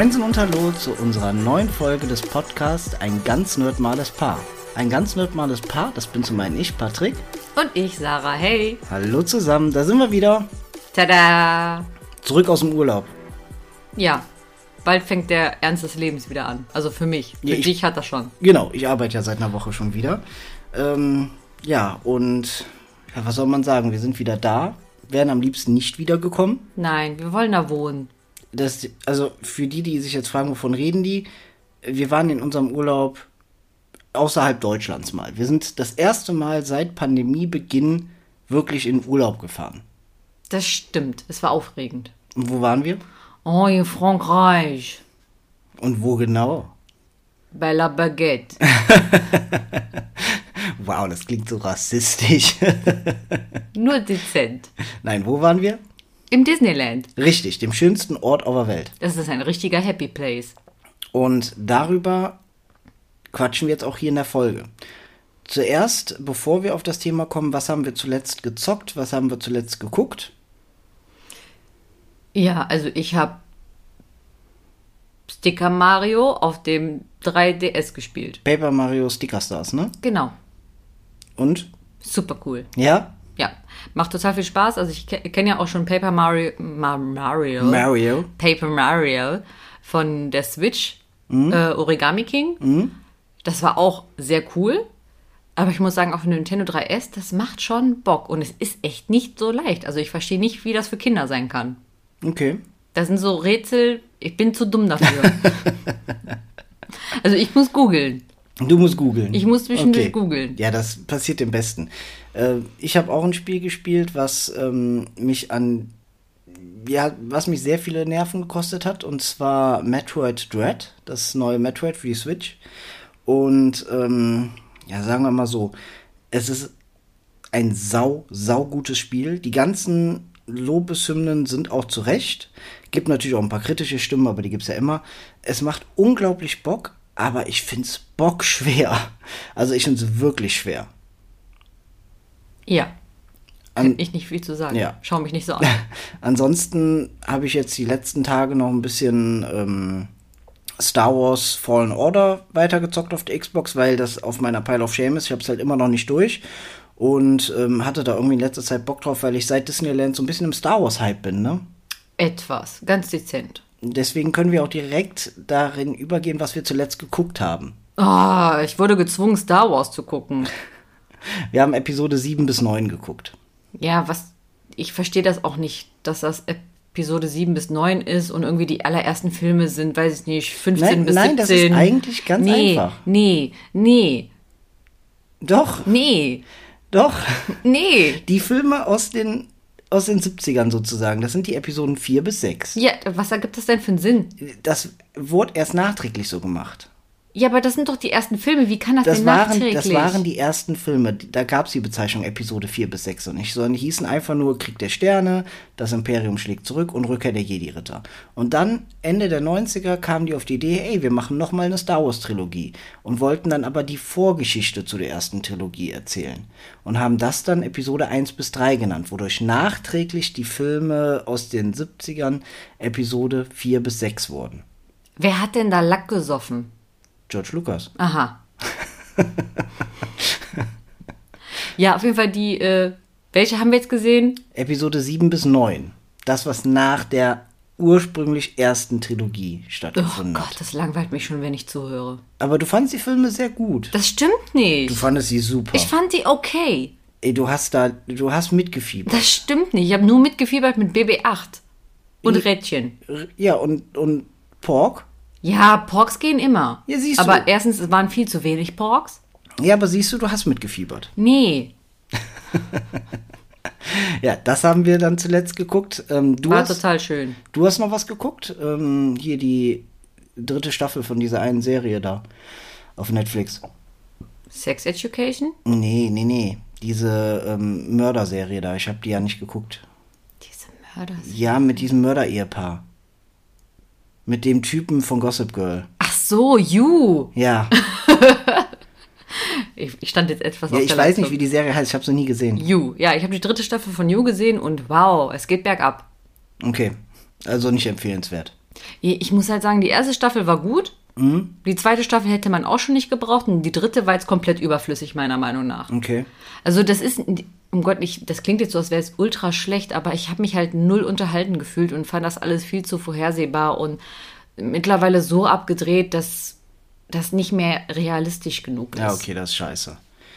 Moinsen und Hallo zu unserer neuen Folge des Podcasts Ein ganz nerdmales Paar. Ein ganz nerdmales Paar, das bin zum einen ich, Patrick. Und ich, Sarah. Hey. Hallo zusammen, da sind wir wieder. Tada! Zurück aus dem Urlaub. Ja, bald fängt der Ernst des Lebens wieder an. Also für mich. Für dich hat das schon. Genau, ich arbeite ja seit einer Woche schon wieder. Was soll man sagen, wir sind wieder da. Wären am liebsten nicht wiedergekommen. Nein, wir wollen da wohnen. Also für die sich jetzt fragen, wovon reden die? Wir waren in unserem Urlaub außerhalb Deutschlands mal. Wir sind das erste Mal seit Pandemiebeginn wirklich in Urlaub gefahren. Das stimmt, es war aufregend. Und wo waren wir? Oh, in Frankreich. Und wo genau? Bei La Baguette. Wow, das klingt so rassistisch. Nur dezent. Nein, wo waren wir? Im Disneyland. Richtig, dem schönsten Ort auf der Welt. Das ist ein richtiger Happy Place. Und darüber quatschen wir jetzt auch hier in der Folge. Zuerst, bevor wir auf das Thema kommen, was haben wir zuletzt gezockt, was haben wir zuletzt geguckt? Ja, also ich habe Sticker Mario auf dem 3DS gespielt. Paper Mario Sticker Stars, ne? Genau. Und? Super cool. Ja? Ja, macht total viel Spaß. Also ich kenne ja auch schon Paper Mario von der Switch, Origami King. Das war auch sehr cool. Aber ich muss sagen, auf dem Nintendo 3DS, das macht schon Bock. Und es ist echt nicht so leicht. Also ich verstehe nicht, wie das für Kinder sein kann. Okay. Das sind so Rätsel, ich bin zu dumm dafür. Also ich muss googeln. Du musst googeln. Ich muss zwischendurch googeln. Ja, das passiert dem Besten. Ich habe auch ein Spiel gespielt, was mich sehr viele Nerven gekostet hat, und zwar Metroid Dread, das neue Metroid für die Switch. Und sagen wir mal so, es ist ein saugutes Spiel. Die ganzen Lobeshymnen sind auch zurecht. Gibt natürlich auch ein paar kritische Stimmen, aber die gibt's ja immer. Es macht unglaublich Bock, aber ich find's bockschwer. Also ich find's wirklich schwer. Ja. Kann ich nicht viel zu sagen. Ja. Schau mich nicht so an. Ansonsten habe ich jetzt die letzten Tage noch ein bisschen Star Wars Fallen Order weitergezockt auf der Xbox, weil das auf meiner Pile of Shame ist. Ich habe es halt immer noch nicht durch. Und hatte da irgendwie in letzter Zeit Bock drauf, weil ich seit Disneyland so ein bisschen im Star Wars Hype bin, ne? Etwas, ganz dezent. Deswegen können wir auch direkt darin übergehen, was wir zuletzt geguckt haben. Ich wurde gezwungen, Star Wars zu gucken. Wir haben Episode 7 bis 9 geguckt. Ja, ich verstehe das auch nicht, dass das Episode 7 bis 9 ist und irgendwie die allerersten Filme sind, weiß ich nicht, 15 bis 17. Nein, das ist eigentlich ganz einfach. Nee. Doch. Nee. Doch. Nee. Die Filme aus den 70ern sozusagen, das sind die Episoden 4 bis 6. Ja, was ergibt das denn für einen Sinn? Das wurde erst nachträglich so gemacht. Ja, aber das sind doch die ersten Filme. Wie kann das denn nachträglich? Das waren die ersten Filme. Da gab es die Bezeichnung Episode 4 bis 6 und nicht, sondern die hießen einfach nur Krieg der Sterne, das Imperium schlägt zurück und Rückkehr der Jedi-Ritter. Und dann, Ende der 90er, kamen die auf die Idee, wir machen nochmal eine Star Wars-Trilogie. Und wollten dann aber die Vorgeschichte zu der ersten Trilogie erzählen. Und haben das dann Episode 1 bis 3 genannt, wodurch nachträglich die Filme aus den 70ern Episode 4 bis 6 wurden. Wer hat denn da Lack gesoffen? George Lucas. Aha. Ja, auf jeden Fall welche haben wir jetzt gesehen? Episode 7 bis 9. Das, was nach der ursprünglich ersten Trilogie stattgefunden hat. Oh Gott, das langweilt mich schon, wenn ich zuhöre. Aber du fandst die Filme sehr gut. Das stimmt nicht. Du fandest sie super. Ich fand die okay. Ey, du hast mitgefiebert. Das stimmt nicht. Ich habe nur mitgefiebert mit BB-8 und Rädchen. Ja, und Pork? Ja, Porks gehen immer. Ja, siehst du. Aber erstens, es waren viel zu wenig Porks. Ja, aber siehst du hast mitgefiebert. Nee. Ja, das haben wir dann zuletzt geguckt. War total schön. Du hast noch was geguckt? Hier die 3. Staffel von dieser einen Serie da auf Netflix. Sex Education? Nee. Diese Mörderserie da. Ich habe die ja nicht geguckt. Diese Mörderserie? Ja, mit diesem Mörder-Ehepaar. Mit dem Typen von Gossip Girl. Ach so, You. Ja. Ich stand jetzt etwas Ja, auf ich der weiß Leitung. nicht, wie die Serie heißt. Ich habe sie nie gesehen. You. Ja, ich habe die 3. Staffel von You gesehen und wow, es geht bergab. Okay. Also nicht empfehlenswert. Ich muss halt sagen, die erste Staffel war gut. Die zweite Staffel hätte man auch schon nicht gebraucht. Und die dritte war jetzt komplett überflüssig, meiner Meinung nach. Okay. Also das ist, um Gott, das klingt jetzt so, als wäre es ultra schlecht, aber ich habe mich halt null unterhalten gefühlt und fand das alles viel zu vorhersehbar und mittlerweile so abgedreht, dass das nicht mehr realistisch genug ist. Ja, okay, das ist scheiße.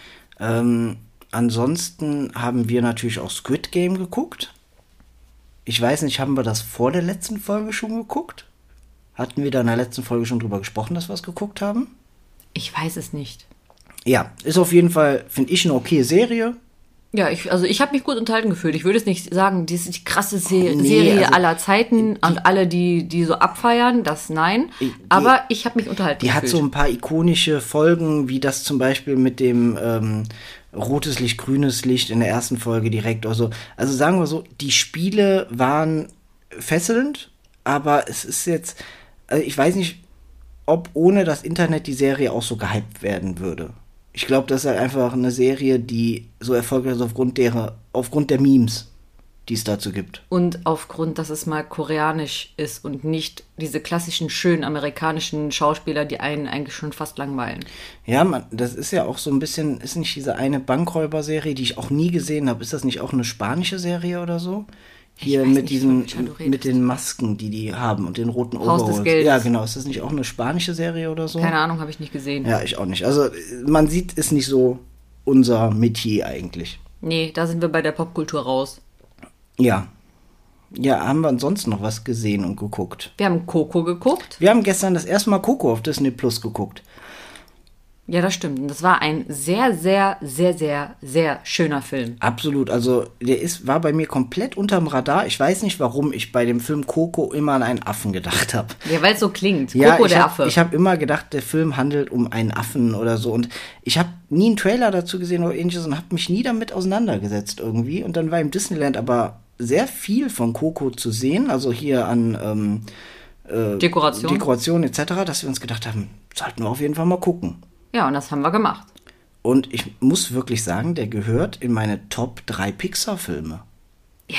Ansonsten haben wir natürlich auch Squid Game geguckt. Ich weiß nicht, haben wir das vor der letzten Folge schon geguckt? Hatten wir da in der letzten Folge schon drüber gesprochen, dass wir es geguckt haben? Ich weiß es nicht. Ja, ist auf jeden Fall, finde ich, eine okay Serie. Ja, ich habe mich gut unterhalten gefühlt. Ich würde jetzt nicht sagen, die ist die krasse Serie also, aller Zeiten und alle, die so abfeiern, das nein. Aber ich habe mich unterhalten gefühlt. Die hat so ein paar ikonische Folgen, wie das zum Beispiel mit dem rotes Licht, grünes Licht in der ersten Folge direkt oder so. Also sagen wir so, die Spiele waren fesselnd, aber es ist jetzt, also ich weiß nicht, ob ohne das Internet die Serie auch so gehypt werden würde. Ich glaube, das ist halt einfach eine Serie, die so erfolgreich ist aufgrund der Memes, die es dazu gibt. Und aufgrund, dass es mal koreanisch ist und nicht diese klassischen, schönen amerikanischen Schauspieler, die einen eigentlich schon fast langweilen. Ja, das ist ja auch so ein bisschen, ist nicht diese eine Bankräuber-Serie, die ich auch nie gesehen habe, ist das nicht auch eine spanische Serie oder so? Hier mit mit den Masken, die haben und den roten Haus des Geldes. Ja, genau. Ist das nicht auch eine spanische Serie oder so? Keine Ahnung, habe ich nicht gesehen. Ja, ich auch nicht. Also man sieht, ist nicht so unser Metier eigentlich. Nee, da sind wir bei der Popkultur raus. Ja. Ja, haben wir ansonsten noch was gesehen und geguckt? Wir haben Coco geguckt. Wir haben gestern das erste Mal Coco auf Disney Plus geguckt. Ja, das stimmt. Und das war ein sehr, sehr, sehr, sehr, sehr schöner Film. Absolut. Also der war bei mir komplett unterm Radar. Ich weiß nicht, warum ich bei dem Film Coco immer an einen Affen gedacht habe. Ja, weil es so klingt. Ja, Coco der Affe. Ich habe immer gedacht, der Film handelt um einen Affen oder so. Und ich habe nie einen Trailer dazu gesehen oder ähnliches und habe mich nie damit auseinandergesetzt irgendwie. Und dann war im Disneyland aber sehr viel von Coco zu sehen. Also hier an Dekoration etc., dass wir uns gedacht haben, sollten wir auf jeden Fall mal gucken. Ja, und das haben wir gemacht. Und ich muss wirklich sagen, der gehört in meine Top 3 Pixar-Filme. Ja,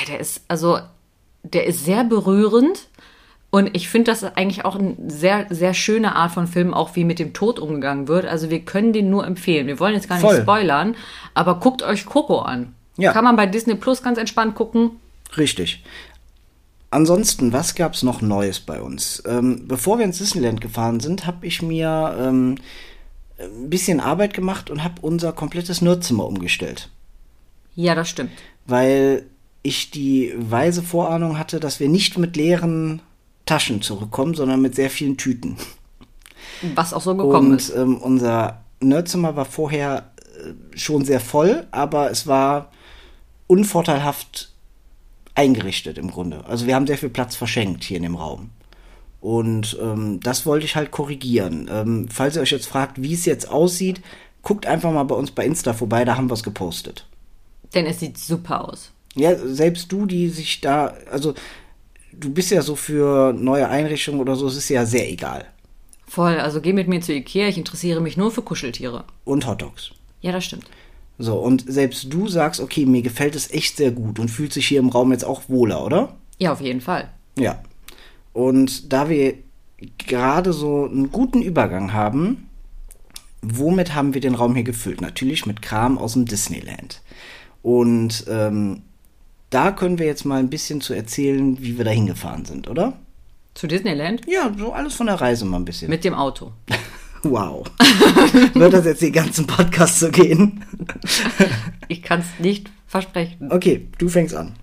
der ist sehr berührend. Und ich finde, das ist eigentlich auch eine sehr, sehr schöne Art von Film, auch wie mit dem Tod umgegangen wird. Also wir können den nur empfehlen. Wir wollen jetzt gar nicht spoilern, aber guckt euch Coco an. Ja. Kann man bei Disney Plus ganz entspannt gucken. Richtig. Ansonsten, was gab es noch Neues bei uns? Bevor wir ins Disneyland gefahren sind, habe ich mir ein bisschen Arbeit gemacht und habe unser komplettes Nerdzimmer umgestellt. Ja, das stimmt. Weil ich die weise Vorahnung hatte, dass wir nicht mit leeren Taschen zurückkommen, sondern mit sehr vielen Tüten. Was auch so gekommen ist. Und unser Nerdzimmer war vorher schon sehr voll, aber es war unvorteilhaft eingerichtet im Grunde. Also wir haben sehr viel Platz verschenkt hier in dem Raum. Und das wollte ich halt korrigieren. Falls ihr euch jetzt fragt, wie es jetzt aussieht, guckt einfach mal bei uns bei Insta vorbei, da haben wir es gepostet. Denn es sieht super aus. Ja, selbst du, die sich da, also du bist ja so für neue Einrichtungen oder so, es ist ja sehr egal. Voll, also geh mit mir zu Ikea, ich interessiere mich nur für Kuscheltiere. Und Hotdogs. Ja, das stimmt. So, und selbst du sagst, okay, mir gefällt es echt sehr gut und fühlt sich hier im Raum jetzt auch wohler, oder? Ja, auf jeden Fall. Ja. Und da wir gerade so einen guten Übergang haben, womit haben wir den Raum hier gefüllt? Natürlich mit Kram aus dem Disneyland. Und da können wir jetzt mal ein bisschen zu erzählen, wie wir da hingefahren sind, oder? Zu Disneyland? Ja, so alles von der Reise mal ein bisschen. Mit dem Auto. Wow. Wird das jetzt den ganzen Podcast so gehen? Ich kann es nicht versprechen. Okay, du fängst an.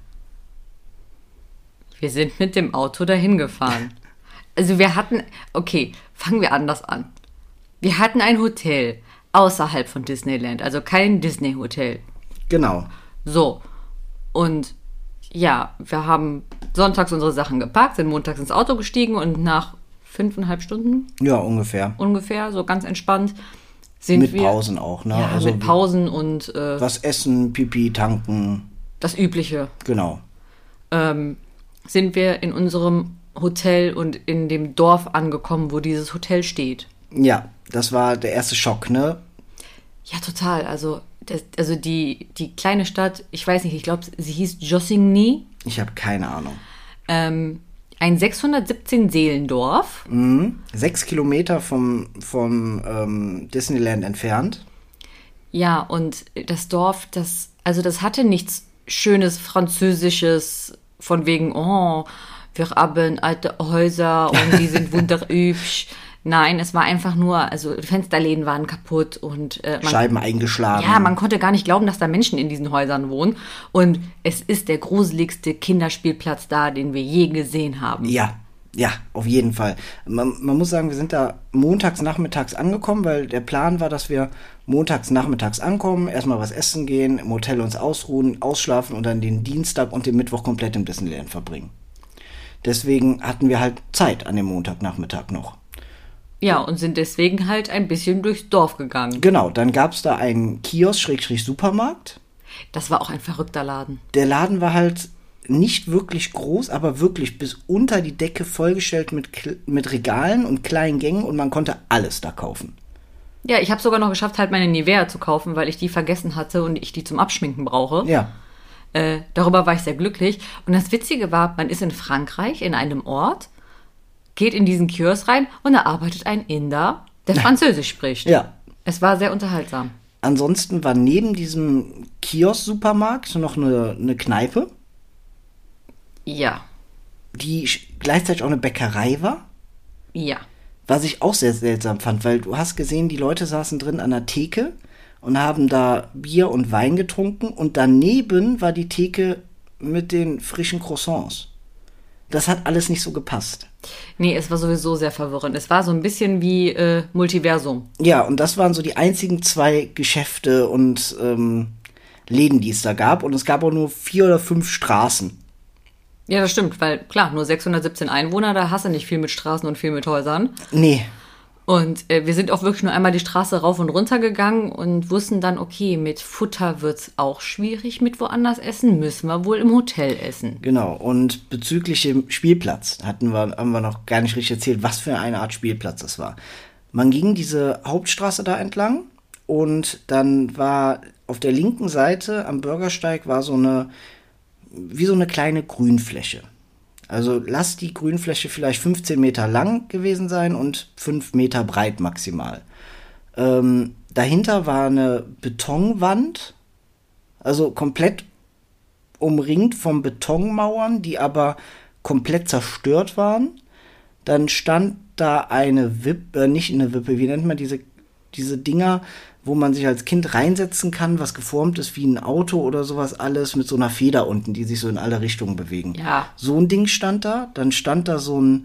Wir sind mit dem Auto dahin gefahren. Also fangen wir anders an. Wir hatten ein Hotel außerhalb von Disneyland, also kein Disney-Hotel. Genau. So, und ja, wir haben sonntags unsere Sachen gepackt, sind montags ins Auto gestiegen und nach 5,5 Stunden? Ja, ungefähr. Ungefähr, so ganz entspannt. Mit Pausen auch, ne? Ja, also mit Pausen und was essen, Pipi, tanken. Das Übliche. Genau. Sind wir in unserem Hotel und in dem Dorf angekommen, wo dieses Hotel steht. Ja, das war der erste Schock, ne? Ja, total. Also die kleine Stadt, ich weiß nicht, ich glaube, sie hieß Josigny. Ich habe keine Ahnung. ein 617 Seelendorf. 6 Kilometer vom Disneyland entfernt. Ja, und das Dorf, das hatte nichts Schönes Französisches, von wegen, oh, wir haben alte Häuser und die sind wunderhübsch. Nein, es war einfach nur, also die Fensterläden waren kaputt und Scheiben eingeschlagen. Ja, man konnte gar nicht glauben, dass da Menschen in diesen Häusern wohnen. Und es ist der gruseligste Kinderspielplatz da, den wir je gesehen haben. Ja, auf jeden Fall. Man muss sagen, wir sind da montags nachmittags angekommen, weil der Plan war, dass wir montags nachmittags ankommen, erstmal was essen gehen, im Hotel uns ausruhen, ausschlafen und dann den Dienstag und den Mittwoch komplett im Disneyland verbringen. Deswegen hatten wir halt Zeit an dem Montagnachmittag noch. Ja, und sind deswegen halt ein bisschen durchs Dorf gegangen. Genau, dann gab es da einen Kiosk-Supermarkt. Das war auch ein verrückter Laden. Der Laden war halt nicht wirklich groß, aber wirklich bis unter die Decke vollgestellt mit Regalen und kleinen Gängen und man konnte alles da kaufen. Ja, ich habe sogar noch geschafft, halt meine Nivea zu kaufen, weil ich die vergessen hatte und ich die zum Abschminken brauche. Ja. Darüber war ich sehr glücklich. Und das Witzige war, man ist in Frankreich in einem Ort, geht in diesen Kiosk rein und da arbeitet ein Inder, der Französisch spricht. Ja. Es war sehr unterhaltsam. Ansonsten war neben diesem Kiosk-Supermarkt noch eine Kneipe. Ja. Die gleichzeitig auch eine Bäckerei war. Ja. Was ich auch sehr seltsam fand, weil du hast gesehen, die Leute saßen drin an der Theke und haben da Bier und Wein getrunken und daneben war die Theke mit den frischen Croissants. Das hat alles nicht so gepasst. Nee, es war sowieso sehr verwirrend. Es war so ein bisschen wie Multiversum. Ja, und das waren so die einzigen 2 Geschäfte und Läden, die es da gab. Und es gab auch nur 4 oder 5 Straßen. Ja, das stimmt, weil klar, nur 617 Einwohner, da hast du nicht viel mit Straßen und viel mit Häusern. Nee. Und wir sind auch wirklich nur einmal die Straße rauf und runter gegangen und wussten dann, okay, mit Futter wird's auch schwierig mit woanders essen, müssen wir wohl im Hotel essen. Genau, und bezüglich dem Spielplatz haben wir noch gar nicht richtig erzählt, was für eine Art Spielplatz das war. Man ging diese Hauptstraße da entlang und dann war auf der linken Seite am Bürgersteig war wie so eine kleine Grünfläche. Also lass die Grünfläche vielleicht 15 Meter lang gewesen sein und 5 Meter breit maximal. Dahinter war eine Betonwand, also komplett umringt von Betonmauern, die aber komplett zerstört waren. Dann stand da eine Wippe, nicht eine Wippe, wie nennt man diese Dinger, wo man sich als Kind reinsetzen kann, was geformt ist wie ein Auto oder sowas alles, mit so einer Feder unten, die sich so in alle Richtungen bewegen. Ja. So ein Ding stand da, dann stand da so ein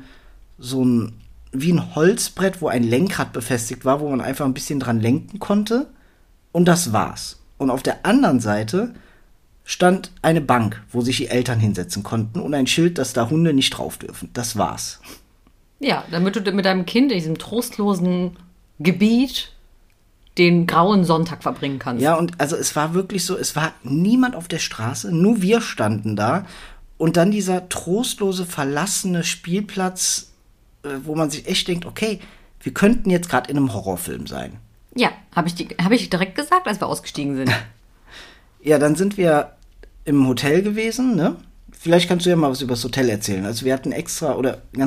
wie ein Holzbrett, wo ein Lenkrad befestigt war, wo man einfach ein bisschen dran lenken konnte und das war's. Und auf der anderen Seite stand eine Bank, wo sich die Eltern hinsetzen konnten und ein Schild, dass da Hunde nicht drauf dürfen. Das war's. Ja, damit du mit deinem Kind in diesem trostlosen Gebiet den grauen Sonntag verbringen kannst. Ja, und also es war wirklich so, es war niemand auf der Straße, nur wir standen da und dann dieser trostlose, verlassene Spielplatz, wo man sich echt denkt, okay, wir könnten jetzt gerade in einem Horrorfilm sein. Ja, hab ich direkt gesagt, als wir ausgestiegen sind. Ja, dann sind wir im Hotel gewesen, ne? Vielleicht kannst du ja mal was über das Hotel erzählen. Also wir hatten extra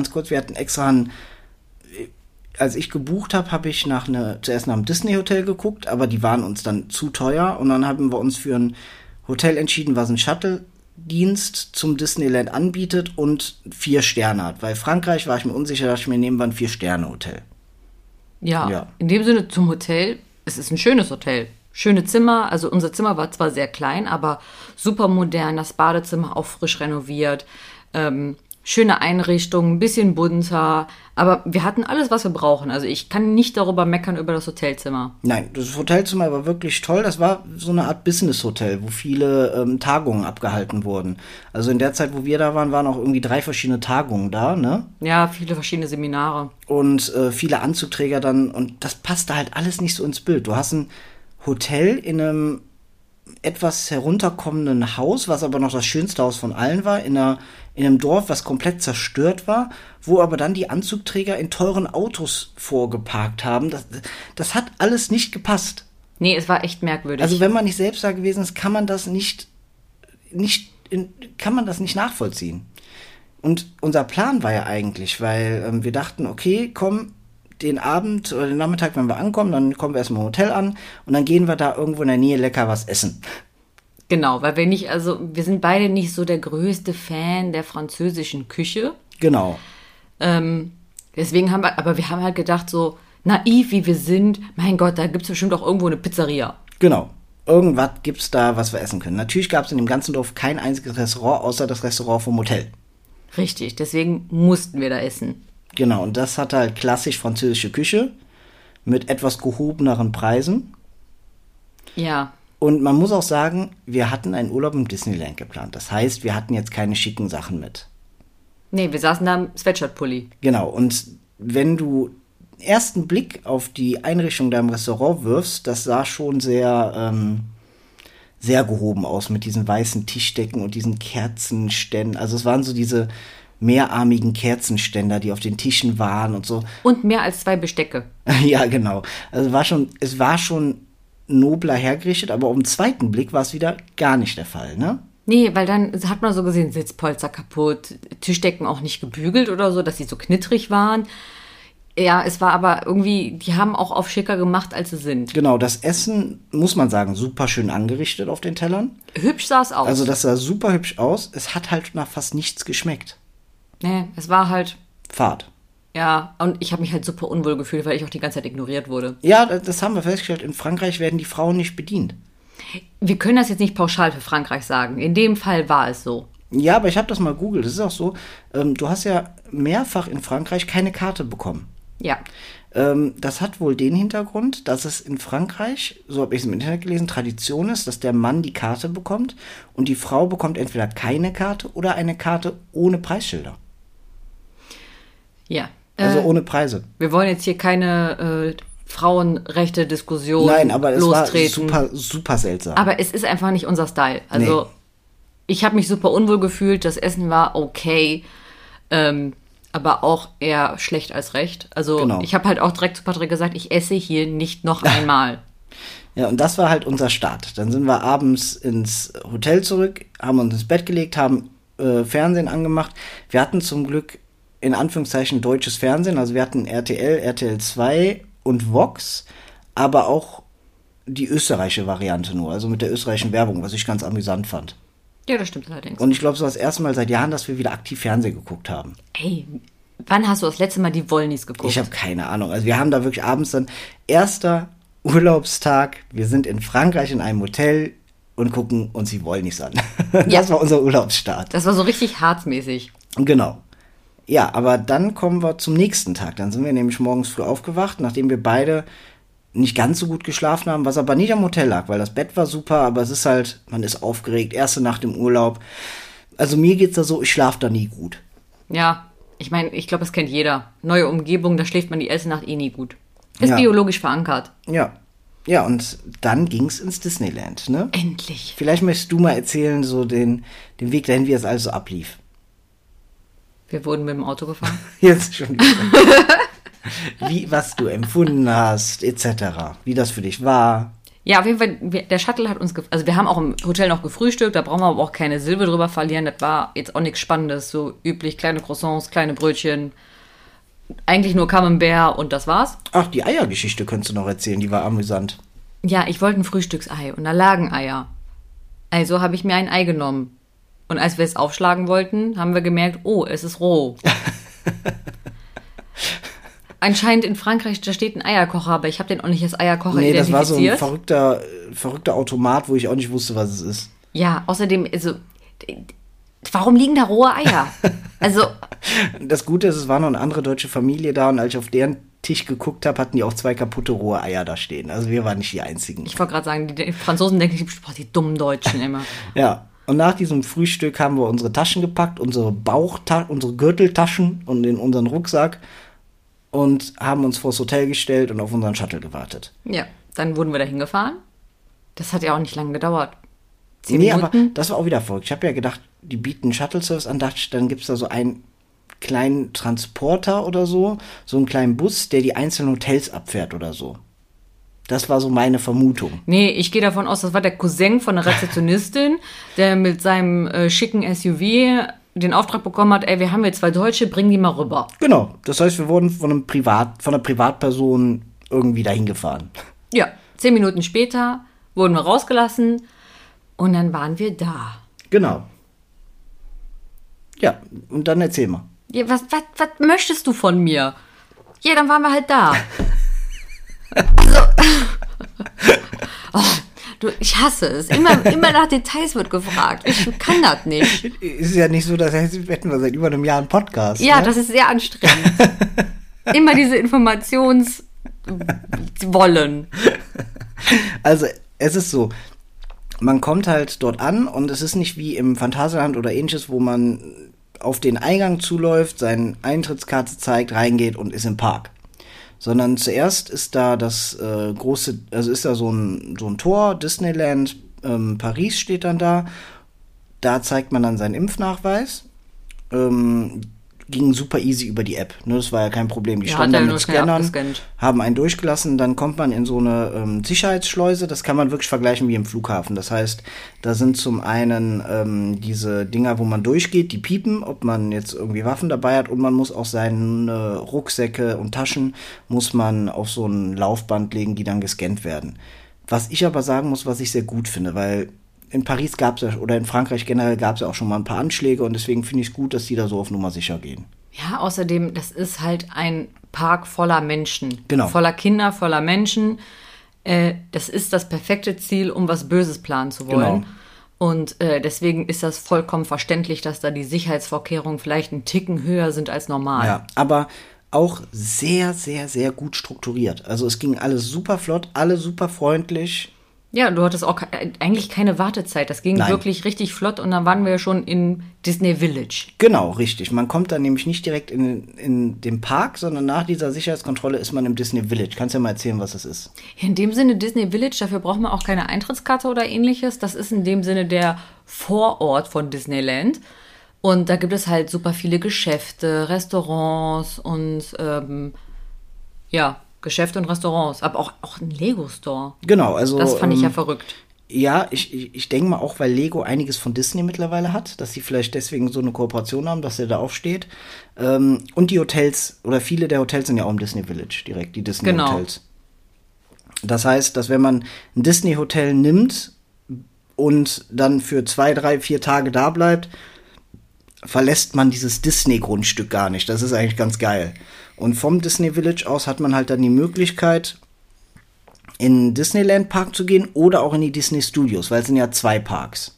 als ich gebucht habe ich zuerst nach einem Disney-Hotel geguckt, aber die waren uns dann zu teuer und dann haben wir uns für ein Hotel entschieden, was einen Shuttle-Dienst zum Disneyland anbietet und 4 Sterne hat. Weil Frankreich war ich mir unsicher, dass ich mir nehmen wir ein 4-Sterne-Hotel. Ja, in dem Sinne zum Hotel, es ist ein schönes Hotel. Schöne Zimmer, also unser Zimmer war zwar sehr klein, aber super modern, das Badezimmer auch frisch renoviert, schöne Einrichtung, ein bisschen bunter, aber wir hatten alles, was wir brauchen. Also ich kann nicht darüber meckern über das Hotelzimmer. Nein, das Hotelzimmer war wirklich toll. Das war so eine Art Business-Hotel, wo viele Tagungen abgehalten wurden. Also in der Zeit, wo wir da waren, waren auch irgendwie 3 verschiedene Tagungen da, ne? Ja, viele verschiedene Seminare. Und viele Anzugträger dann. Und das passte halt alles nicht so ins Bild. Du hast ein Hotel in einem etwas herunterkommenden Haus, was aber noch das schönste Haus von allen war, in einem Dorf, was komplett zerstört war, wo aber dann die Anzugträger in teuren Autos vorgeparkt haben. Das hat alles nicht gepasst. Nee, es war echt merkwürdig. Also wenn man nicht selbst da gewesen ist, kann man das nicht nachvollziehen. Und unser Plan war ja eigentlich, weil wir dachten, okay, komm, den Abend oder den Nachmittag, wenn wir ankommen, dann kommen wir erstmal im Hotel an und dann gehen wir da irgendwo in der Nähe lecker was essen. Genau, weil wir sind beide nicht so der größte Fan der französischen Küche. Genau. Deswegen haben wir haben halt gedacht, so naiv wie wir sind, mein Gott, da gibt es bestimmt auch irgendwo eine Pizzeria. Genau. Irgendwas gibt's da, was wir essen können. Natürlich gab es in dem ganzen Dorf kein einziges Restaurant, außer das Restaurant vom Hotel. Richtig, deswegen mussten wir da essen. Genau, und das hatte halt klassisch französische Küche mit etwas gehobeneren Preisen. Ja. Und man muss auch sagen, wir hatten einen Urlaub im Disneyland geplant. Das heißt, wir hatten jetzt keine schicken Sachen mit. Nee, wir saßen da im Sweatshirt-Pulli. Genau, und wenn du ersten Blick auf die Einrichtung da im Restaurant wirfst, das sah schon sehr, sehr gehoben aus mit diesen weißen Tischdecken und diesen Kerzenständen. Also es waren so diese mehrarmigen Kerzenständer, die auf den Tischen waren und so. Und mehr als 2 Bestecke. Ja, genau. Also es war schon nobler hergerichtet, aber auf den zweiten Blick war es wieder gar nicht der Fall, ne? Nee, weil dann hat man so gesehen, Sitzpolster kaputt, Tischdecken auch nicht gebügelt oder so, dass sie so knittrig waren. Ja, es war aber irgendwie, die haben auch auf schicker gemacht, als sie sind. Genau, das Essen, muss man sagen, super schön angerichtet auf den Tellern. Hübsch sah es aus. Also das sah super hübsch aus. Es hat halt nach fast nichts geschmeckt. Nee, es war halt, Fad. ja, und ich habe mich halt super unwohl gefühlt, weil ich auch die ganze Zeit ignoriert wurde. Ja, das haben wir festgestellt. In Frankreich werden die Frauen nicht bedient. Wir können das jetzt nicht pauschal für Frankreich sagen. In dem Fall war es so. Ja, aber ich habe das mal googelt. Das ist auch so, du hast ja mehrfach in Frankreich keine Karte bekommen. Ja. Das hat wohl den Hintergrund, dass es in Frankreich, so habe ich es im Internet gelesen, Tradition ist, dass der Mann die Karte bekommt und die Frau bekommt entweder keine Karte oder eine Karte ohne Preisschilder. Ja. Also ohne Preise. Wir wollen jetzt hier keine Frauenrechte-Diskussion Nein, aber es lostreten. war super, super seltsam. Aber es ist einfach nicht unser Style. Also, Ich habe mich super unwohl gefühlt. Das Essen war okay. Aber auch eher schlecht als recht. Also, Genau. Ich habe halt auch direkt zu Patrick gesagt, ich esse hier nicht noch einmal. Ja, und das war halt unser Start. Dann sind wir abends ins Hotel zurück, haben uns ins Bett gelegt, haben Fernsehen angemacht. Wir hatten zum Glück in Anführungszeichen deutsches Fernsehen. Also wir hatten RTL, RTL 2 und Vox, aber auch die österreichische Variante nur, also mit der österreichischen Werbung, was ich ganz amüsant fand. Ja, das stimmt allerdings. Und ich glaube, es war das erste Mal seit Jahren, dass wir wieder aktiv Fernsehen geguckt haben. Ey, wann hast du das letzte Mal die Wollnies geguckt? Ich habe keine Ahnung. Also wir haben da wirklich abends dann, erster Urlaubstag, wir sind in Frankreich in einem Hotel und gucken uns die Wollnies an. Das war unser Urlaubsstart. Das war so richtig harzmäßig. Genau. Ja, aber dann kommen wir zum nächsten Tag. Dann sind wir nämlich morgens früh aufgewacht, nachdem wir beide nicht ganz so gut geschlafen haben, was aber nicht am Hotel lag, weil das Bett war super, aber es ist halt, man ist aufgeregt, erste Nacht im Urlaub. Also mir geht's da so, ich schlafe da nie gut. Ja, ich meine, ich glaube, das kennt jeder. Neue Umgebung, da schläft man die erste Nacht eh nie gut. Ist Ja. biologisch verankert. Ja. Ja, und dann ging's ins Disneyland, ne? Endlich. Vielleicht möchtest du mal erzählen, so den Weg dahin, wie es alles so ablief. Wir wurden mit dem Auto gefahren. Jetzt schon. Was du empfunden hast, etc. Wie das für dich war. Ja, auf jeden Fall, der Shuttle hat uns, also wir haben auch im Hotel noch gefrühstückt, da brauchen wir aber auch keine Silbe drüber verlieren, das war jetzt auch nichts Spannendes, so üblich, kleine Croissants, kleine Brötchen, eigentlich nur Camembert und das war's. Ach, die Eiergeschichte könntest du noch erzählen, die war amüsant. Ja, ich wollte ein Frühstücksei und da lagen Eier. Also habe ich mir ein Ei genommen. Und als wir es aufschlagen wollten, haben wir gemerkt, oh, es ist roh. Anscheinend in Frankreich, da steht ein Eierkocher, aber ich habe den auch nicht als Eierkocher Nee, das identifiziert. war so ein verrückter Automat, wo ich auch nicht wusste, was es ist. Ja, außerdem, also, warum liegen da rohe Eier? Also, Das Gute ist, es war noch eine andere deutsche Familie da und als ich auf deren Tisch geguckt habe, hatten die auch 2 kaputte rohe Eier da stehen. Also wir waren nicht die Einzigen. ich wollte gerade sagen, die Franzosen denken, boah, die dummen Deutschen immer. Ja, und nach diesem Frühstück haben wir unsere Taschen gepackt, unsere Gürteltaschen und in unseren Rucksack und haben uns vors Hotel gestellt und auf unseren Shuttle gewartet. Ja, dann wurden wir da hingefahren. Das hat ja auch nicht lange gedauert. 10 Nee, Minuten. aber das war auch wieder verrückt. Ich habe ja gedacht, die bieten Shuttle-Service an, dann gibt es da so einen kleinen Transporter oder so einen kleinen Bus, der die einzelnen Hotels abfährt oder so. Das war so meine Vermutung. Nee, ich gehe davon aus, das war der Cousin von der Rezeptionistin, der mit seinem schicken SUV den Auftrag bekommen hat, ey, wir haben jetzt 2 Deutsche, bring die mal rüber. Genau, das heißt, wir wurden von einer Privatperson irgendwie dahin gefahren. Ja, 10 Minuten später wurden wir rausgelassen und dann waren wir da. Genau. Ja, und dann erzähl mal. Ja, was möchtest du von mir? Ja, dann waren wir halt da. Ich hasse es. Immer nach Details wird gefragt. Ich kann das nicht. Ist ja nicht so, dass hätten wir seit über einem Jahr einen Podcast. Ja, ne? das ist sehr anstrengend. Immer diese Informationswollen. Also, es ist so, man kommt halt dort an und es ist nicht wie im Phantasialand oder ähnliches, wo man auf den Eingang zuläuft, seine Eintrittskarte zeigt, reingeht und ist im Park. Sondern zuerst ist da ist da so ein Tor, Disneyland Paris steht dann da. Da zeigt man dann seinen Impfnachweis. Ging super easy über die App. Ne? Das war ja kein Problem. Die standen da mit Scannern, haben einen durchgelassen, dann kommt man in so eine Sicherheitsschleuse. Das kann man wirklich vergleichen wie im Flughafen. Das heißt, da sind zum einen diese Dinger, wo man durchgeht, die piepen, ob man jetzt irgendwie Waffen dabei hat, und man muss auch seine Rucksäcke und Taschen muss man auf so ein Laufband legen, die dann gescannt werden. Was ich aber sagen muss, was ich sehr gut finde, weil in Paris gab es ja, oder in Frankreich generell gab es ja auch schon mal ein paar Anschläge, und deswegen finde ich es gut, dass die da so auf Nummer sicher gehen. Ja, außerdem, das ist halt ein Park voller Menschen. Genau. Voller Kinder, voller Menschen. Das ist das perfekte Ziel, um was Böses planen zu wollen. Genau. Und deswegen ist das vollkommen verständlich, dass da die Sicherheitsvorkehrungen vielleicht einen Ticken höher sind als normal. Ja, aber auch sehr, sehr, sehr gut strukturiert. Also es ging alles super flott, alle super freundlich. Ja, du hattest auch eigentlich keine Wartezeit. Das ging wirklich richtig flott, und dann waren wir schon in Disney Village. Genau, richtig. Man kommt dann nämlich nicht direkt in den Park, sondern nach dieser Sicherheitskontrolle ist man im Disney Village. Kannst du ja mal erzählen, was das ist? Ja, in dem Sinne Disney Village, dafür braucht man auch keine Eintrittskarte oder ähnliches. Das ist in dem Sinne der Vorort von Disneyland. Und da gibt es halt super viele Geschäfte, Restaurants und Geschäfte und Restaurants, aber auch ein Lego-Store. Genau, also das fand ich ja verrückt. Ja, ich denke mal auch, weil Lego einiges von Disney mittlerweile hat, dass sie vielleicht deswegen so eine Kooperation haben, dass er da aufsteht. Und die Hotels, oder viele der Hotels sind ja auch im Disney Village direkt, die Disney-Hotels. Das heißt, dass wenn man ein Disney-Hotel nimmt und dann für 2, 3, 4 Tage da bleibt, verlässt man dieses Disney-Grundstück gar nicht. Das ist eigentlich ganz geil. Und vom Disney Village aus hat man halt dann die Möglichkeit, in den Disneyland Park zu gehen oder auch in die Disney Studios, weil es sind ja 2 Parks.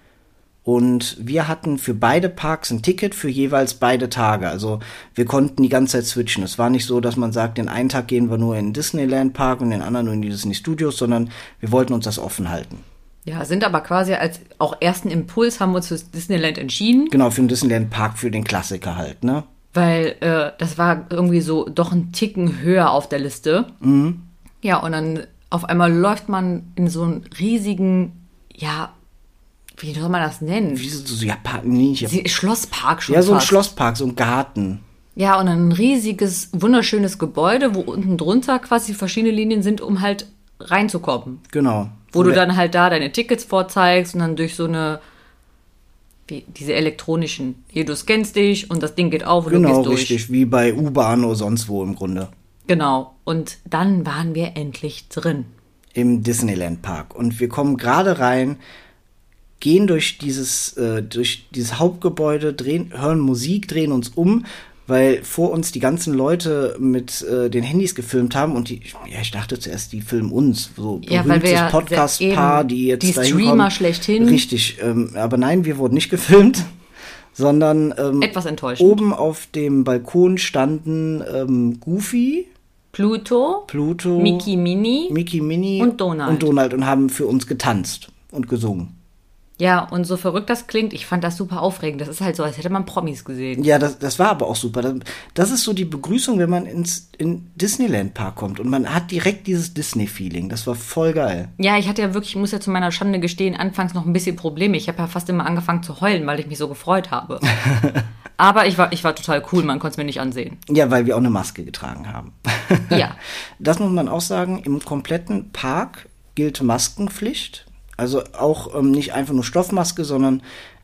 Und wir hatten für beide Parks ein Ticket für jeweils beide Tage. Also wir konnten die ganze Zeit switchen. Es war nicht so, dass man sagt, den einen Tag gehen wir nur in den Disneyland Park und den anderen nur in die Disney Studios, sondern wir wollten uns das offen halten. Ja, sind aber quasi als auch ersten Impuls haben wir uns für Disneyland entschieden. Genau, für den Disneyland Park, für den Klassiker halt, ne? Weil das war irgendwie so doch ein Ticken höher auf der Liste. Mhm. Ja, und dann auf einmal läuft man in so einen riesigen, ja, wie soll man das nennen? Wie so Schlosspark schon. Ja, so ein fast. Schlosspark, so ein Garten. Ja, und ein riesiges, wunderschönes Gebäude, wo unten drunter quasi verschiedene Linien sind, um halt reinzukommen. Genau. Wo du dann halt da deine Tickets vorzeigst und dann durch so eine, wie diese elektronischen, hier, du scannst dich und das Ding geht auf und du gehst durch. Genau, richtig, wie bei U-Bahn oder sonst wo im Grunde. Genau, und dann waren wir endlich drin. Im Disneyland Park. Und wir kommen gerade rein, gehen durch dieses Hauptgebäude, hören Musik, drehen uns um, weil vor uns die ganzen Leute mit den Handys gefilmt haben, und ich dachte zuerst, die filmen uns, so berühmtes Podcast-Paar, die jetzt die da Streamer hinkommen. Schlechthin. Richtig, aber nein, wir wurden nicht gefilmt, sondern etwas enttäuschend. Oben auf dem Balkon standen Goofy, Pluto, Mickey Minnie und Donald und haben für uns getanzt und gesungen. Ja, und so verrückt das klingt, ich fand das super aufregend. Das ist halt so, als hätte man Promis gesehen. Ja, das war aber auch super. Das ist so die Begrüßung, wenn man in Disneyland Park kommt und man hat direkt dieses Disney-Feeling. Das war voll geil. Ja, ich muss ja zu meiner Schande gestehen, anfangs noch ein bisschen Probleme. Ich habe ja fast immer angefangen zu heulen, weil ich mich so gefreut habe. Aber ich war total cool, man konnte es mir nicht ansehen. Ja, weil wir auch eine Maske getragen haben. Ja. Das muss man auch sagen, im kompletten Park gilt Maskenpflicht. Also auch nicht einfach nur Stoffmaske, sondern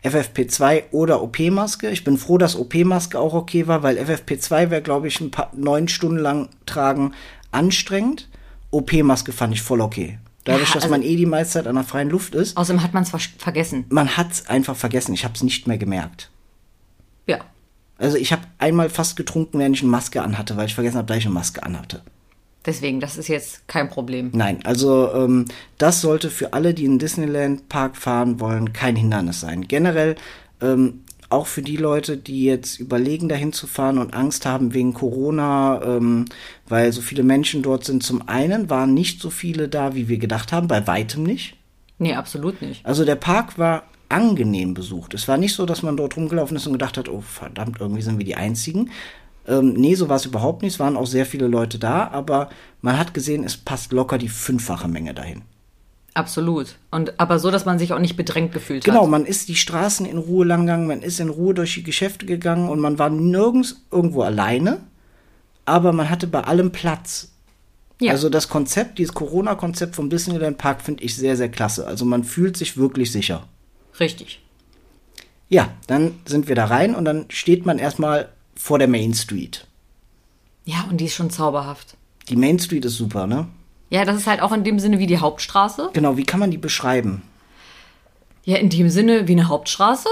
FFP2 oder OP-Maske. Ich bin froh, dass OP-Maske auch okay war, weil FFP2 wäre, glaube ich, 9 Stunden lang tragen anstrengend. OP-Maske fand ich voll okay. Dadurch, dass man die meiste Zeit an der freien Luft ist. Außerdem hat man es vergessen. Man hat es einfach vergessen. Ich habe es nicht mehr gemerkt. Ja. Also ich habe einmal fast getrunken, während ich eine Maske anhatte, weil ich vergessen habe, dass ich eine Maske anhatte. Deswegen, das ist jetzt kein Problem. Nein, also das sollte für alle, die in den Disneyland-Park fahren wollen, kein Hindernis sein. Generell auch für die Leute, die jetzt überlegen, dahin zu fahren und Angst haben wegen Corona, weil so viele Menschen dort sind. Zum einen waren nicht so viele da, wie wir gedacht haben, bei weitem nicht. Nee, absolut nicht. Also der Park war angenehm besucht. Es war nicht so, dass man dort rumgelaufen ist und gedacht hat, oh verdammt, irgendwie sind wir die Einzigen. Nee, so war es überhaupt nicht. Es waren auch sehr viele Leute da, aber man hat gesehen, es passt locker die 5-fache Menge dahin. Absolut. Aber so, dass man sich auch nicht bedrängt gefühlt hat. Genau, man ist die Straßen in Ruhe lang gegangen, man ist in Ruhe durch die Geschäfte gegangen und man war nirgends irgendwo alleine, aber man hatte bei allem Platz. Ja. Also das Konzept, dieses Corona-Konzept vom Disneyland Park finde ich sehr, sehr klasse. Also man fühlt sich wirklich sicher. Richtig. Ja, dann sind wir da rein und dann steht man erstmal vor der Main Street. Ja, und die ist schon zauberhaft. Die Main Street ist super, ne? Ja, das ist halt auch in dem Sinne wie die Hauptstraße. Genau, wie kann man die beschreiben? Ja, in dem Sinne wie eine Hauptstraße.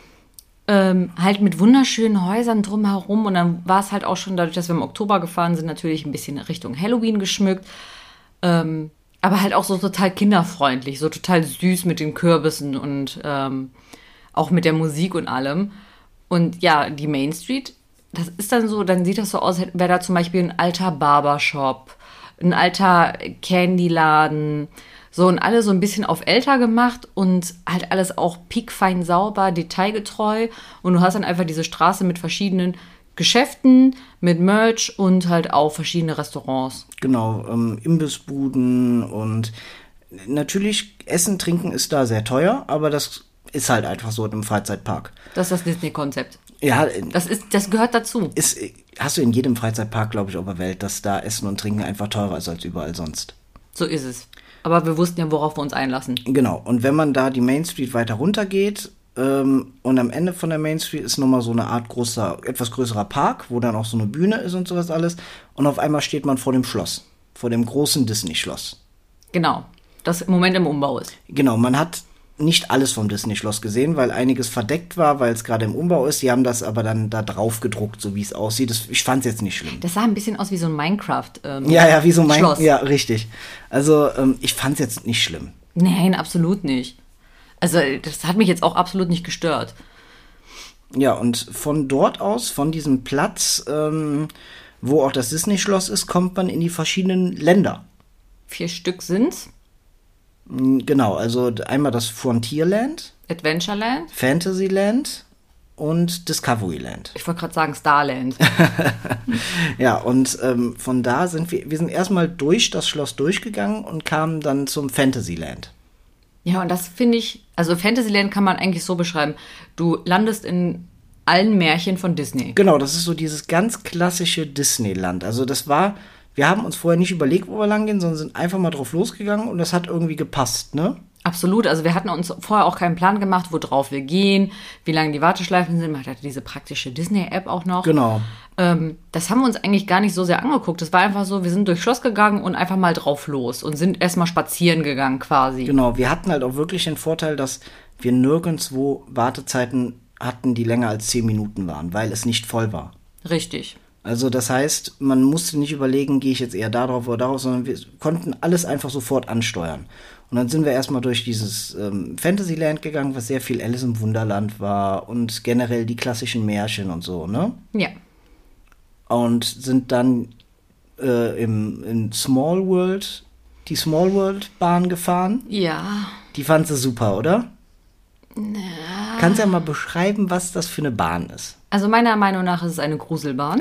Halt mit wunderschönen Häusern drumherum. Und dann war es halt auch schon, dadurch, dass wir im Oktober gefahren sind, natürlich ein bisschen Richtung Halloween geschmückt. Aber halt auch so total kinderfreundlich, so total süß mit den Kürbissen und auch mit der Musik und allem. Und ja, die Main Street, das ist dann so, dann sieht das so aus, als wäre da zum Beispiel ein alter Barbershop, ein alter Candyladen, so und alles so ein bisschen auf älter gemacht und halt alles auch piekfein sauber, detailgetreu. Und du hast dann einfach diese Straße mit verschiedenen Geschäften, mit Merch und halt auch verschiedene Restaurants. Genau, Imbissbuden und natürlich Essen, Trinken ist da sehr teuer, aber das ist halt einfach so im Freizeitpark. Das ist das Disney-Konzept. Ja, das gehört dazu. Hast du in jedem Freizeitpark, glaube ich, auf der Welt, dass da Essen und Trinken einfach teurer ist als überall sonst. So ist es. Aber wir wussten ja, worauf wir uns einlassen. Genau. Und wenn man da die Main Street weiter runter geht und am Ende von der Main Street ist nochmal so eine Art etwas größerer Park, wo dann auch so eine Bühne ist und sowas alles. Und auf einmal steht man vor dem Schloss, vor dem großen Disney-Schloss. Genau. Das im Moment im Umbau ist. Genau. Man hat nicht alles vom Disney-Schloss gesehen, weil einiges verdeckt war, weil es gerade im Umbau ist. Die haben das aber dann da drauf gedruckt, so wie es aussieht. Ich fand es jetzt nicht schlimm. Das sah ein bisschen aus wie so ein Minecraft ja, wie so ein Schloss. Ja, richtig. Also ich fand es jetzt nicht schlimm. Nein, absolut nicht. Also das hat mich jetzt auch absolut nicht gestört. Ja, und von dort aus, von diesem Platz, wo auch das Disney-Schloss ist, kommt man in die verschiedenen Länder. 4 Stück sind's. Genau, also einmal das Frontierland, Adventureland, Fantasyland und Discoveryland. Ich wollte gerade sagen Starland. Ja, und von da sind wir sind erstmal durch das Schloss durchgegangen und kamen dann zum Fantasyland. Ja, und das finde ich, also Fantasyland kann man eigentlich so beschreiben. Du landest in allen Märchen von Disney. Genau, das ist so dieses ganz klassische Disneyland. Also wir haben uns vorher nicht überlegt, wo wir lang gehen, sondern sind einfach mal drauf losgegangen und das hat irgendwie gepasst, ne? Absolut, also wir hatten uns vorher auch keinen Plan gemacht, wo drauf wir gehen, wie lange die Warteschleifen sind. Man hatte diese praktische Disney-App auch noch. Genau. Das haben wir uns eigentlich gar nicht so sehr angeguckt. Das war einfach so, wir sind durchs Schloss gegangen und einfach mal drauf los und sind erstmal spazieren gegangen quasi. Genau, wir hatten halt auch wirklich den Vorteil, dass wir nirgendwo Wartezeiten hatten, die länger als 10 Minuten waren, weil es nicht voll war. Richtig. Also das heißt, man musste nicht überlegen, gehe ich jetzt eher da drauf oder darauf, sondern wir konnten alles einfach sofort ansteuern. Und dann sind wir erstmal durch dieses Fantasyland gegangen, was sehr viel Alice im Wunderland war und generell die klassischen Märchen und so, ne? Ja. Und sind dann in Small World, die Small World Bahn gefahren. Ja. Die fand sie super, oder? Na. Kannst du ja mal beschreiben, was das für eine Bahn ist? Also meiner Meinung nach ist es eine Gruselbahn.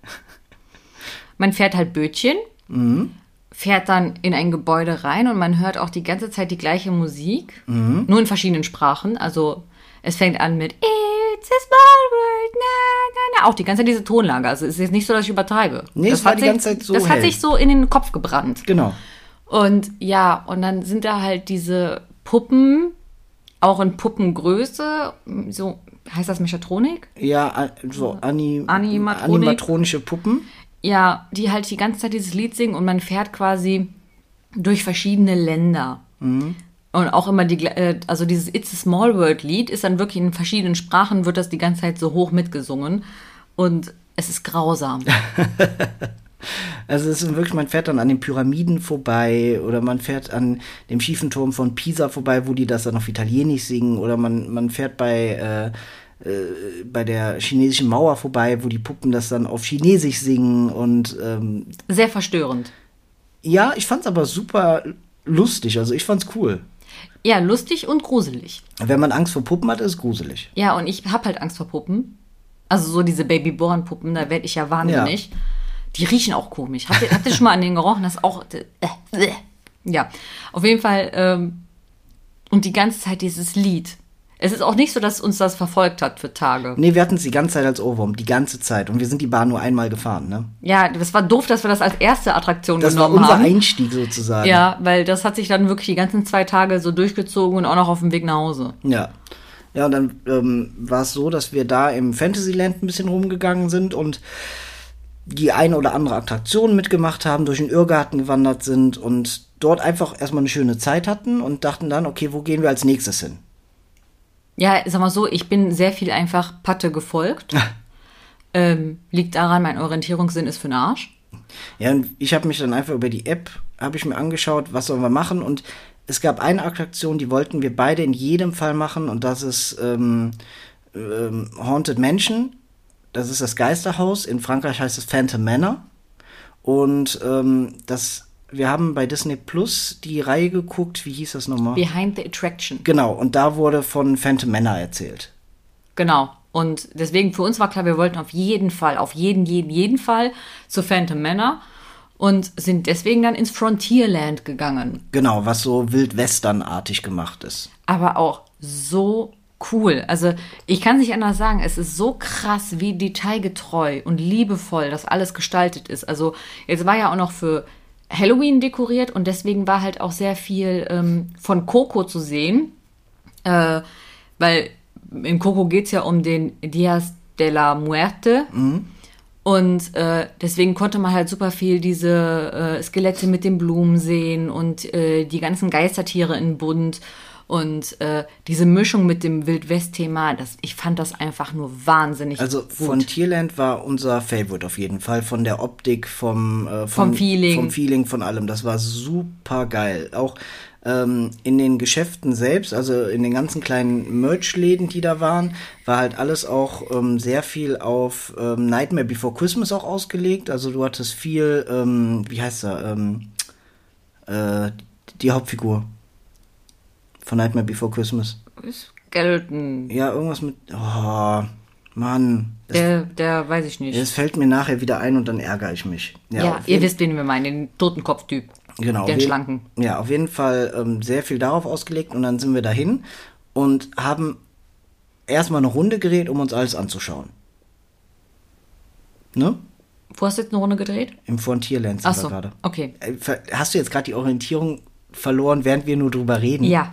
Man fährt halt Bötchen, fährt dann in ein Gebäude rein und man hört auch die ganze Zeit die gleiche Musik, nur in verschiedenen Sprachen. Also es fängt an mit It's a small world, na, na, na. Auch die ganze Zeit diese Tonlage. Also es ist jetzt nicht so, dass ich übertreibe. Nee, es war die ganze Zeit so Das hell. hat sich so in den Kopf gebrannt. Genau. Und ja, und dann sind da halt diese Puppen, auch in Puppengröße, so heißt das Mechatronik? Ja, so Animatronik. animatronische Puppen. Ja, die halt die ganze Zeit dieses Lied singen und man fährt quasi durch verschiedene Länder. Und auch immer also dieses It's a Small World Lied ist dann wirklich in verschiedenen Sprachen, wird das die ganze Zeit so hoch mitgesungen. Und es ist grausam. Also es ist wirklich, man fährt dann an den Pyramiden vorbei oder man fährt an dem schiefen Turm von Pisa vorbei, wo die das dann auf Italienisch singen, oder man fährt bei der chinesischen Mauer vorbei, wo die Puppen das dann auf Chinesisch singen und Sehr verstörend. ja, ich fand's aber super lustig, also ich fand's cool. Ja, lustig und gruselig. Wenn man Angst vor Puppen hat, ist es gruselig. Ja, und ich habe halt Angst vor Puppen. Also so diese Babyborn-Puppen, da werde ich ja wahnsinnig. Ja. Die riechen auch komisch. Habt ihr schon mal an denen gerochen? Das ist auch... Ja, auf jeden Fall. Und die ganze Zeit dieses Lied. Es ist auch nicht so, dass uns das verfolgt hat für Tage. Nee, wir hatten es die ganze Zeit als Ohrwurm. Die ganze Zeit. Und wir sind die Bahn nur einmal gefahren, ne? Ja, das war doof, dass wir das als erste Attraktion genommen haben. Das war unser Einstieg sozusagen. Ja, weil das hat sich dann wirklich die ganzen 2 Tage so durchgezogen und auch noch auf dem Weg nach Hause. Ja. Ja, und dann war es so, dass wir da im Fantasyland ein bisschen rumgegangen sind und die eine oder andere Attraktion mitgemacht haben, durch den Irrgarten gewandert sind und dort einfach erstmal eine schöne Zeit hatten und dachten dann, okay, wo gehen wir als nächstes hin? Ja, sag mal so, ich bin sehr viel einfach Patte gefolgt. Liegt daran, mein Orientierungssinn ist für den Arsch. Ja, und ich habe mich dann einfach über die App, habe ich mir angeschaut, was sollen wir machen, und es gab eine Attraktion, die wollten wir beide in jedem Fall machen, und das ist Haunted Mansion. Das ist das Geisterhaus. In Frankreich heißt es Phantom Manor. Und wir haben bei Disney Plus die Reihe geguckt, wie hieß das nochmal? Behind the Attraction. Genau, und da wurde von Phantom Manor erzählt. Genau. Und deswegen für uns war klar, wir wollten auf jeden Fall zu Phantom Manor und sind deswegen dann ins Frontierland gegangen. Genau, was so Wild-Western-artig gemacht ist. Aber auch so cool. Also ich kann es nicht anders sagen, es ist so krass, wie detailgetreu und liebevoll das alles gestaltet ist. Also jetzt war ja auch noch für Halloween dekoriert und deswegen war halt auch sehr viel von Coco zu sehen, weil in Coco geht es ja um den Dias de la Muerte. Und deswegen konnte man halt super viel diese Skelette mit den Blumen sehen und die ganzen Geistertiere in bunt. Und diese Mischung mit dem Wild-West-Thema, ich fand das einfach nur wahnsinnig gut. Also Frontierland war unser Favorite auf jeden Fall. Von der Optik, vom Feeling. Vom Feeling, von allem. Das war super geil. Auch in den Geschäften selbst, also in den ganzen kleinen Merch-Läden, die da waren, war halt alles auch sehr viel auf Nightmare Before Christmas auch ausgelegt. Also du hattest viel, wie heißt er, die Hauptfigur von Nightmare Before Christmas. Skeleton. Ja, irgendwas mit, oh, Mann. Der weiß ich nicht. Das fällt mir nachher wieder ein und dann ärgere ich mich. Ja, ihr wisst, wen wir meinen, den Totenkopf-Typ. Genau. Den Schlanken. Ja, auf jeden Fall sehr viel darauf ausgelegt und dann sind wir dahin und haben erstmal eine Runde gedreht, um uns alles anzuschauen. Ne? Wo hast du jetzt eine Runde gedreht? Im Frontierland sind wir gerade. Okay. Hast du jetzt gerade die Orientierung verloren, während wir nur drüber reden? Ja.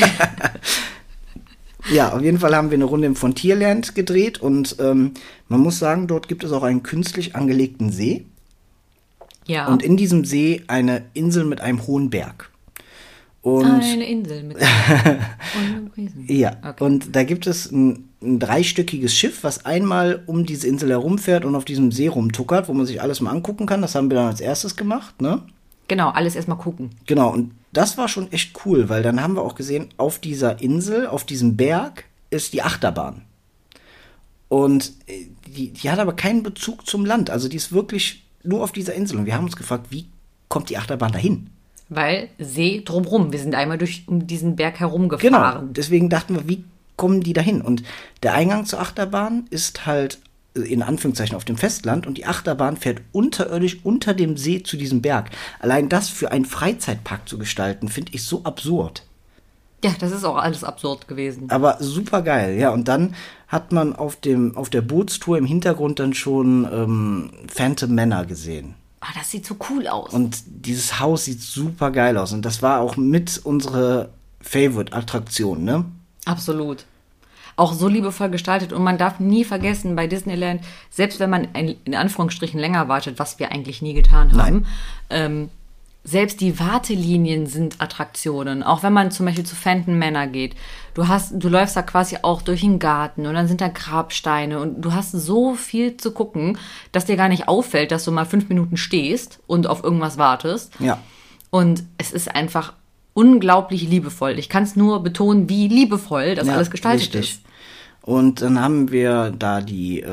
Ja, auf jeden Fall haben wir eine Runde im Frontierland gedreht und man muss sagen, dort gibt es auch einen künstlich angelegten See. Ja. Und in diesem See eine Insel mit einem hohen Berg. Und eine Insel mit einem Riesen. Ja, okay. Und da gibt es ein 3-stöckiges Schiff, was einmal um diese Insel herumfährt und auf diesem See rumtuckert, wo man sich alles mal angucken kann. Das haben wir dann als erstes gemacht, ne? Genau, alles erstmal gucken. Genau, und das war schon echt cool, weil dann haben wir auch gesehen, auf dieser Insel, auf diesem Berg, ist die Achterbahn. Und die hat aber keinen Bezug zum Land. Also die ist wirklich nur auf dieser Insel. Und wir haben uns gefragt, wie kommt die Achterbahn dahin? Weil See drumrum. Wir sind einmal um diesen Berg herumgefahren. Genau, deswegen dachten wir, wie kommen die dahin? Und der Eingang zur Achterbahn ist halt in Anführungszeichen auf dem Festland und die Achterbahn fährt unterirdisch unter dem See zu diesem Berg. Allein das für einen Freizeitpark zu gestalten, finde ich so absurd. Ja, das ist auch alles absurd gewesen. Aber super geil, ja. Und dann hat man auf der Bootstour im Hintergrund dann schon Phantom Manor gesehen. Ah, das sieht so cool aus. Und dieses Haus sieht super geil aus. Und das war auch mit unsere Favorite-Attraktion, ne? Absolut. Auch so liebevoll gestaltet. Und man darf nie vergessen, bei Disneyland, selbst wenn man in Anführungsstrichen länger wartet, was wir eigentlich nie getan haben, selbst die Wartelinien sind Attraktionen. Auch wenn man zum Beispiel zu Phantom Manor geht. Du läufst da quasi auch durch den Garten und dann sind da Grabsteine und du hast so viel zu gucken, dass dir gar nicht auffällt, dass du mal 5 Minuten stehst und auf irgendwas wartest. Ja. Und es ist einfach unglaublich liebevoll. Ich kann es nur betonen, wie liebevoll das alles gestaltet ist. Und dann haben wir da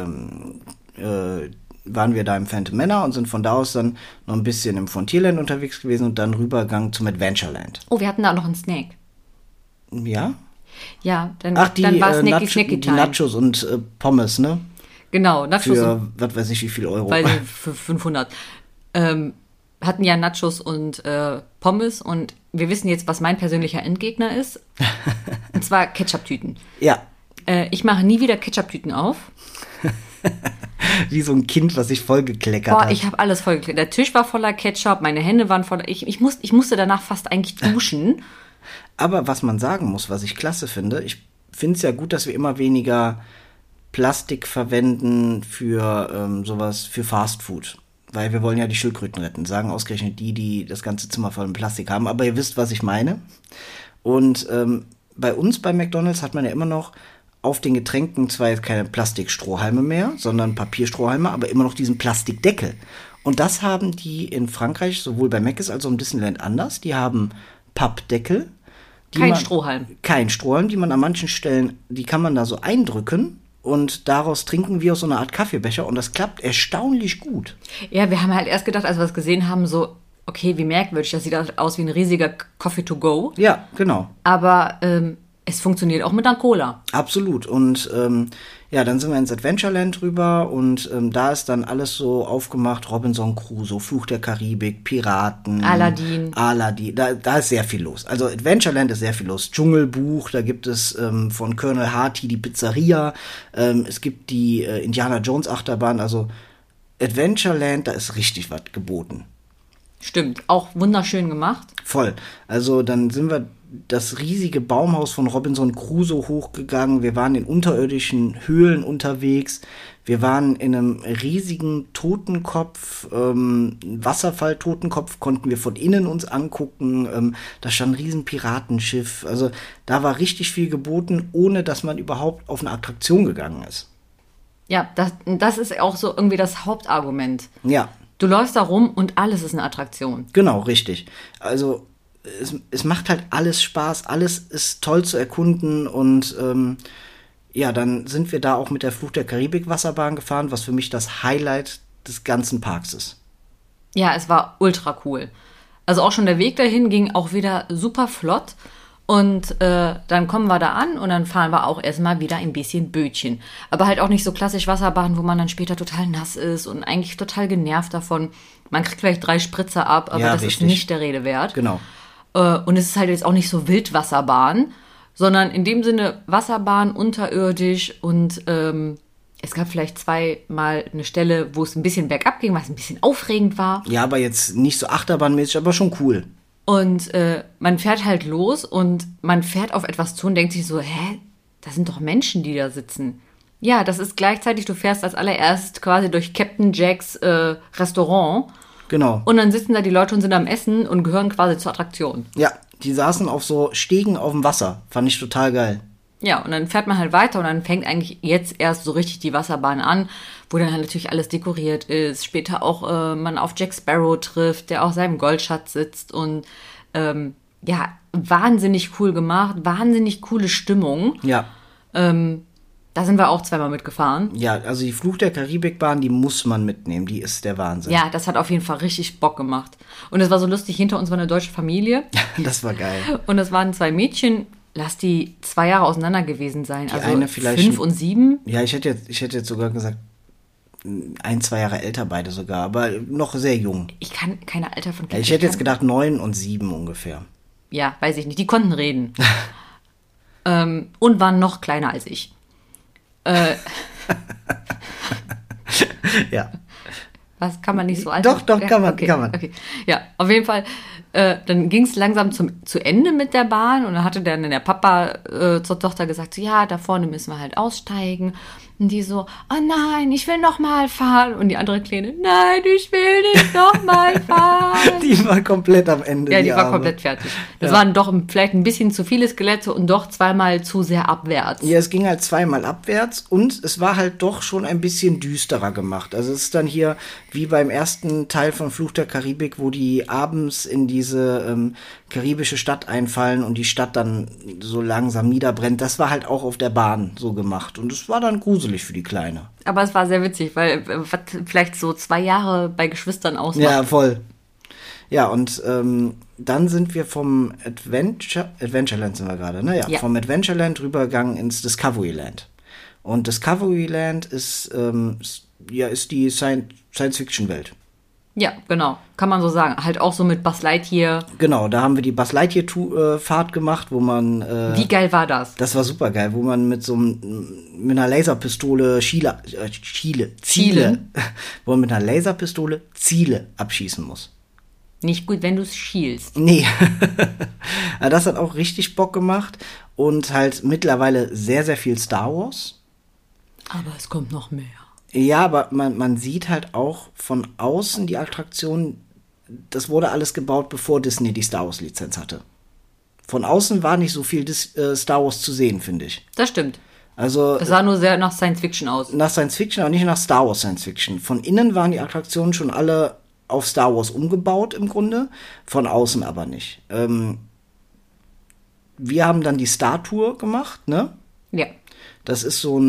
waren wir da im Phantom Manor und sind von da aus dann noch ein bisschen im Frontierland unterwegs gewesen und dann rübergegangen zum Adventureland. Oh, wir hatten da auch noch einen Snack. Ja? Ja, dann die, war Snacky die Time. Nachos und Pommes, ne? Genau, Nachos. Für, was weiß ich, wie viel Euro. Für 500. Hatten ja Nachos und Pommes und wir wissen jetzt, was mein persönlicher Endgegner ist. Und zwar Ketchup-Tüten. Ja. Ich mache nie wieder Ketchup-Tüten auf. Wie so ein Kind, was sich vollgekleckert hat. Ich habe alles vollgekleckert. Der Tisch war voller Ketchup, meine Hände waren voller. Ich musste danach fast eigentlich duschen. Aber was man sagen muss, was ich klasse finde, ich finde es ja gut, dass wir immer weniger Plastik verwenden für sowas, für Fast Food. Weil wir wollen ja die Schildkröten retten. Sagen ausgerechnet die das ganze Zimmer voll mit Plastik haben. Aber ihr wisst, was ich meine. Und bei uns bei McDonald's hat man ja immer noch auf den Getränken zwar jetzt keine Plastikstrohhalme mehr, sondern Papierstrohhalme, aber immer noch diesen Plastikdeckel. Und das haben die in Frankreich sowohl bei Mc's als auch im Disneyland anders. Die haben Pappdeckel. Kein Strohhalm. Kein Strohhalm, die man an manchen Stellen, die kann man da so eindrücken und daraus trinken wir aus so einer Art Kaffeebecher und das klappt erstaunlich gut. Ja, wir haben halt erst gedacht, als wir es gesehen haben, so, okay, wie merkwürdig, das sieht aus wie ein riesiger Coffee to go. Ja, genau. Aber es funktioniert auch mit einer Cola. Absolut. Und dann sind wir ins Adventureland rüber und da ist dann alles so aufgemacht. Robinson Crusoe, Fluch der Karibik, Piraten. Aladdin. Da ist sehr viel los. Also Adventureland ist sehr viel los. Dschungelbuch, da gibt es von Colonel Harty die Pizzeria. Es gibt die Indiana Jones Achterbahn. Also Adventureland, da ist richtig was geboten. Stimmt, auch wunderschön gemacht. Voll. Also dann sind wir das riesige Baumhaus von Robinson Crusoe hochgegangen. Wir waren in unterirdischen Höhlen unterwegs. Wir waren in einem riesigen Totenkopf, Wasserfall-Totenkopf, konnten wir von innen uns angucken. Da stand ein riesen Piratenschiff. Also da war richtig viel geboten, ohne dass man überhaupt auf eine Attraktion gegangen ist. Ja, das ist auch so irgendwie das Hauptargument. Ja. Du läufst da rum und alles ist eine Attraktion. Genau, richtig. Also es macht halt alles Spaß, alles ist toll zu erkunden und dann sind wir da auch mit der Fluch der Karibik Wasserbahn gefahren, was für mich das Highlight des ganzen Parks ist. Ja, es war ultra cool. Also auch schon der Weg dahin ging auch wieder super flott und dann kommen wir da an und dann fahren wir auch erstmal wieder ein bisschen Bötchen. Aber halt auch nicht so klassisch Wasserbahn, wo man dann später total nass ist und eigentlich total genervt davon. Man kriegt vielleicht 3 Spritzer ab, aber das ist nicht der Rede wert. Genau. Und es ist halt jetzt auch nicht so Wildwasserbahn, sondern in dem Sinne Wasserbahn unterirdisch und es gab vielleicht 2-mal eine Stelle, wo es ein bisschen bergab ging, was ein bisschen aufregend war. Ja, aber jetzt nicht so achterbahnmäßig, aber schon cool. Und man fährt halt los und man fährt auf etwas zu und denkt sich so, da sind doch Menschen, die da sitzen. Ja, das ist gleichzeitig, du fährst als allererst quasi durch Captain Jacks Restaurant. Genau. Und dann sitzen da die Leute und sind am Essen und gehören quasi zur Attraktion. Ja, die saßen auf so Stegen auf dem Wasser. Fand ich total geil. Ja, und dann fährt man halt weiter und dann fängt eigentlich jetzt erst so richtig die Wasserbahn an, wo dann halt natürlich alles dekoriert ist. Später auch man auf Jack Sparrow trifft, der auf seinem Goldschatz sitzt und wahnsinnig cool gemacht, wahnsinnig coole Stimmung. Ja. Da sind wir auch 2-mal mitgefahren. Ja, also die Fluch der Karibikbahn, die muss man mitnehmen, die ist der Wahnsinn. Ja, das hat auf jeden Fall richtig Bock gemacht. Und es war so lustig, hinter uns war eine deutsche Familie. Das war geil. Und es waren 2 Mädchen, lass die 2 Jahre auseinander gewesen sein. Die also eine vielleicht 5 und 7. Ja, ich hätte jetzt sogar gesagt, 1-2 Jahre älter beide sogar, aber noch sehr jung. Ich kann keine Alter von Kindern. Ich hätte jetzt gedacht 9 und 7 ungefähr. Ja, weiß ich nicht. Die konnten reden. Und waren noch kleiner als ich. Ja. Was, kann man nicht so alt? Doch, ja, kann man. Okay. Ja, auf jeden Fall dann ging es langsam zu Ende mit der Bahn und dann hatte dann der Papa zur Tochter gesagt, so, ja, da vorne müssen wir halt aussteigen. Und die so, oh nein, ich will noch mal fahren. Und die andere Kleine, nein, ich will nicht noch mal fahren. Die war komplett am Ende. Ja, die war komplett fertig. Das waren doch vielleicht ein bisschen zu viele Skelette und doch zweimal zu sehr abwärts. Ja, es ging halt zweimal abwärts und es war halt doch schon ein bisschen düsterer gemacht. Also es ist dann hier wie beim ersten Teil von Fluch der Karibik, wo die abends in diese karibische Stadt einfallen und die Stadt dann so langsam niederbrennt. Das war halt auch auf der Bahn so gemacht und es war dann gruselig für die Kleine. Aber es war sehr witzig, weil was vielleicht so 2 Jahre bei Geschwistern ausmacht. Ja, voll. Ja, und dann sind wir vom Adventureland sind wir gerade, ne? Ja, vom Adventureland rübergegangen ins Discoveryland. Und Discoveryland ist die Science-Fiction-Welt. Ja, genau. Kann man so sagen. Halt auch so mit Buzz Lightyear. Genau, da haben wir die Buzz Lightyear-Fahrt gemacht, wo man... Wie geil war das? Das war super geil, wo man mit einer Laserpistole wo man mit einer Laserpistole Ziele abschießen muss. Nicht gut, wenn du es schielst. Nee. Das hat auch richtig Bock gemacht. Und halt mittlerweile sehr, sehr viel Star Wars. Aber es kommt noch mehr. Ja, aber man sieht halt auch von außen die Attraktion, das wurde alles gebaut, bevor Disney die Star Wars-Lizenz hatte. Von außen war nicht so viel Star Wars zu sehen, finde ich. Das stimmt. Also, das sah nur sehr nach Science-Fiction aus. Nach Science-Fiction, aber nicht nach Star Wars Science-Fiction. Von innen waren die Attraktionen schon alle auf Star Wars umgebaut im Grunde, von außen aber nicht. Wir haben dann die Star Tour gemacht, ne? Ja. Das ist so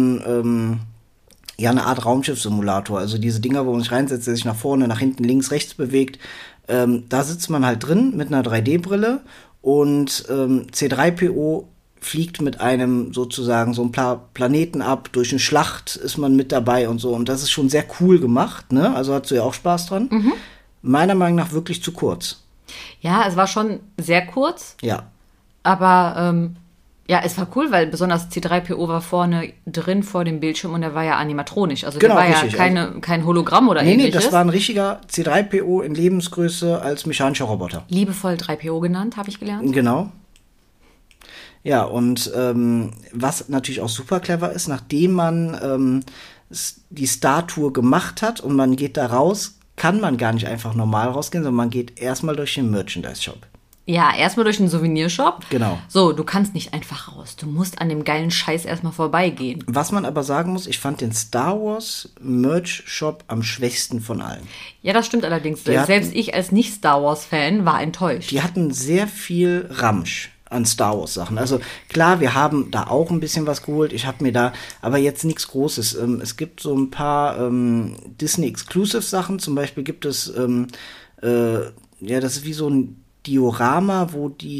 eine Art Raumschiff-Simulator. Also diese Dinger, wo man sich reinsetzt, der sich nach vorne, nach hinten, links, rechts bewegt. Da sitzt man halt drin mit einer 3D-Brille und C3PO fliegt mit einem sozusagen so ein Planeten ab, durch eine Schlacht ist man mit dabei und so. Und das ist schon sehr cool gemacht, ne? Also hast du ja auch Spaß dran. Mhm. Meiner Meinung nach wirklich zu kurz. Ja, es war schon sehr kurz. Ja. Aber ja, es war cool, weil besonders C3PO war vorne drin vor dem Bildschirm und der war ja animatronisch. Also genau, der war richtig. Ja kein Hologramm oder ähnliches. Nee, das war ein richtiger C3PO in Lebensgröße als mechanischer Roboter. Liebevoll 3PO genannt, habe ich gelernt. Genau. Ja, und was natürlich auch super clever ist, nachdem man die Star-Tour gemacht hat und man geht da raus, kann man gar nicht einfach normal rausgehen, sondern man geht erstmal durch den Merchandise-Shop. Ja, erstmal durch den Souvenirshop. Genau. So, du kannst nicht einfach raus. Du musst an dem geilen Scheiß erstmal vorbeigehen. Was man aber sagen muss, ich fand den Star Wars Merch Shop am schwächsten von allen. Ja, das stimmt allerdings. Selbst ich als Nicht-Star Wars-Fan war enttäuscht. Die hatten sehr viel Ramsch an Star Wars Sachen. Also klar, wir haben da auch ein bisschen was geholt. Ich habe mir da aber jetzt nichts Großes. Es gibt so ein paar Disney Exclusive Sachen. Zum Beispiel gibt es das ist wie so ein Diorama,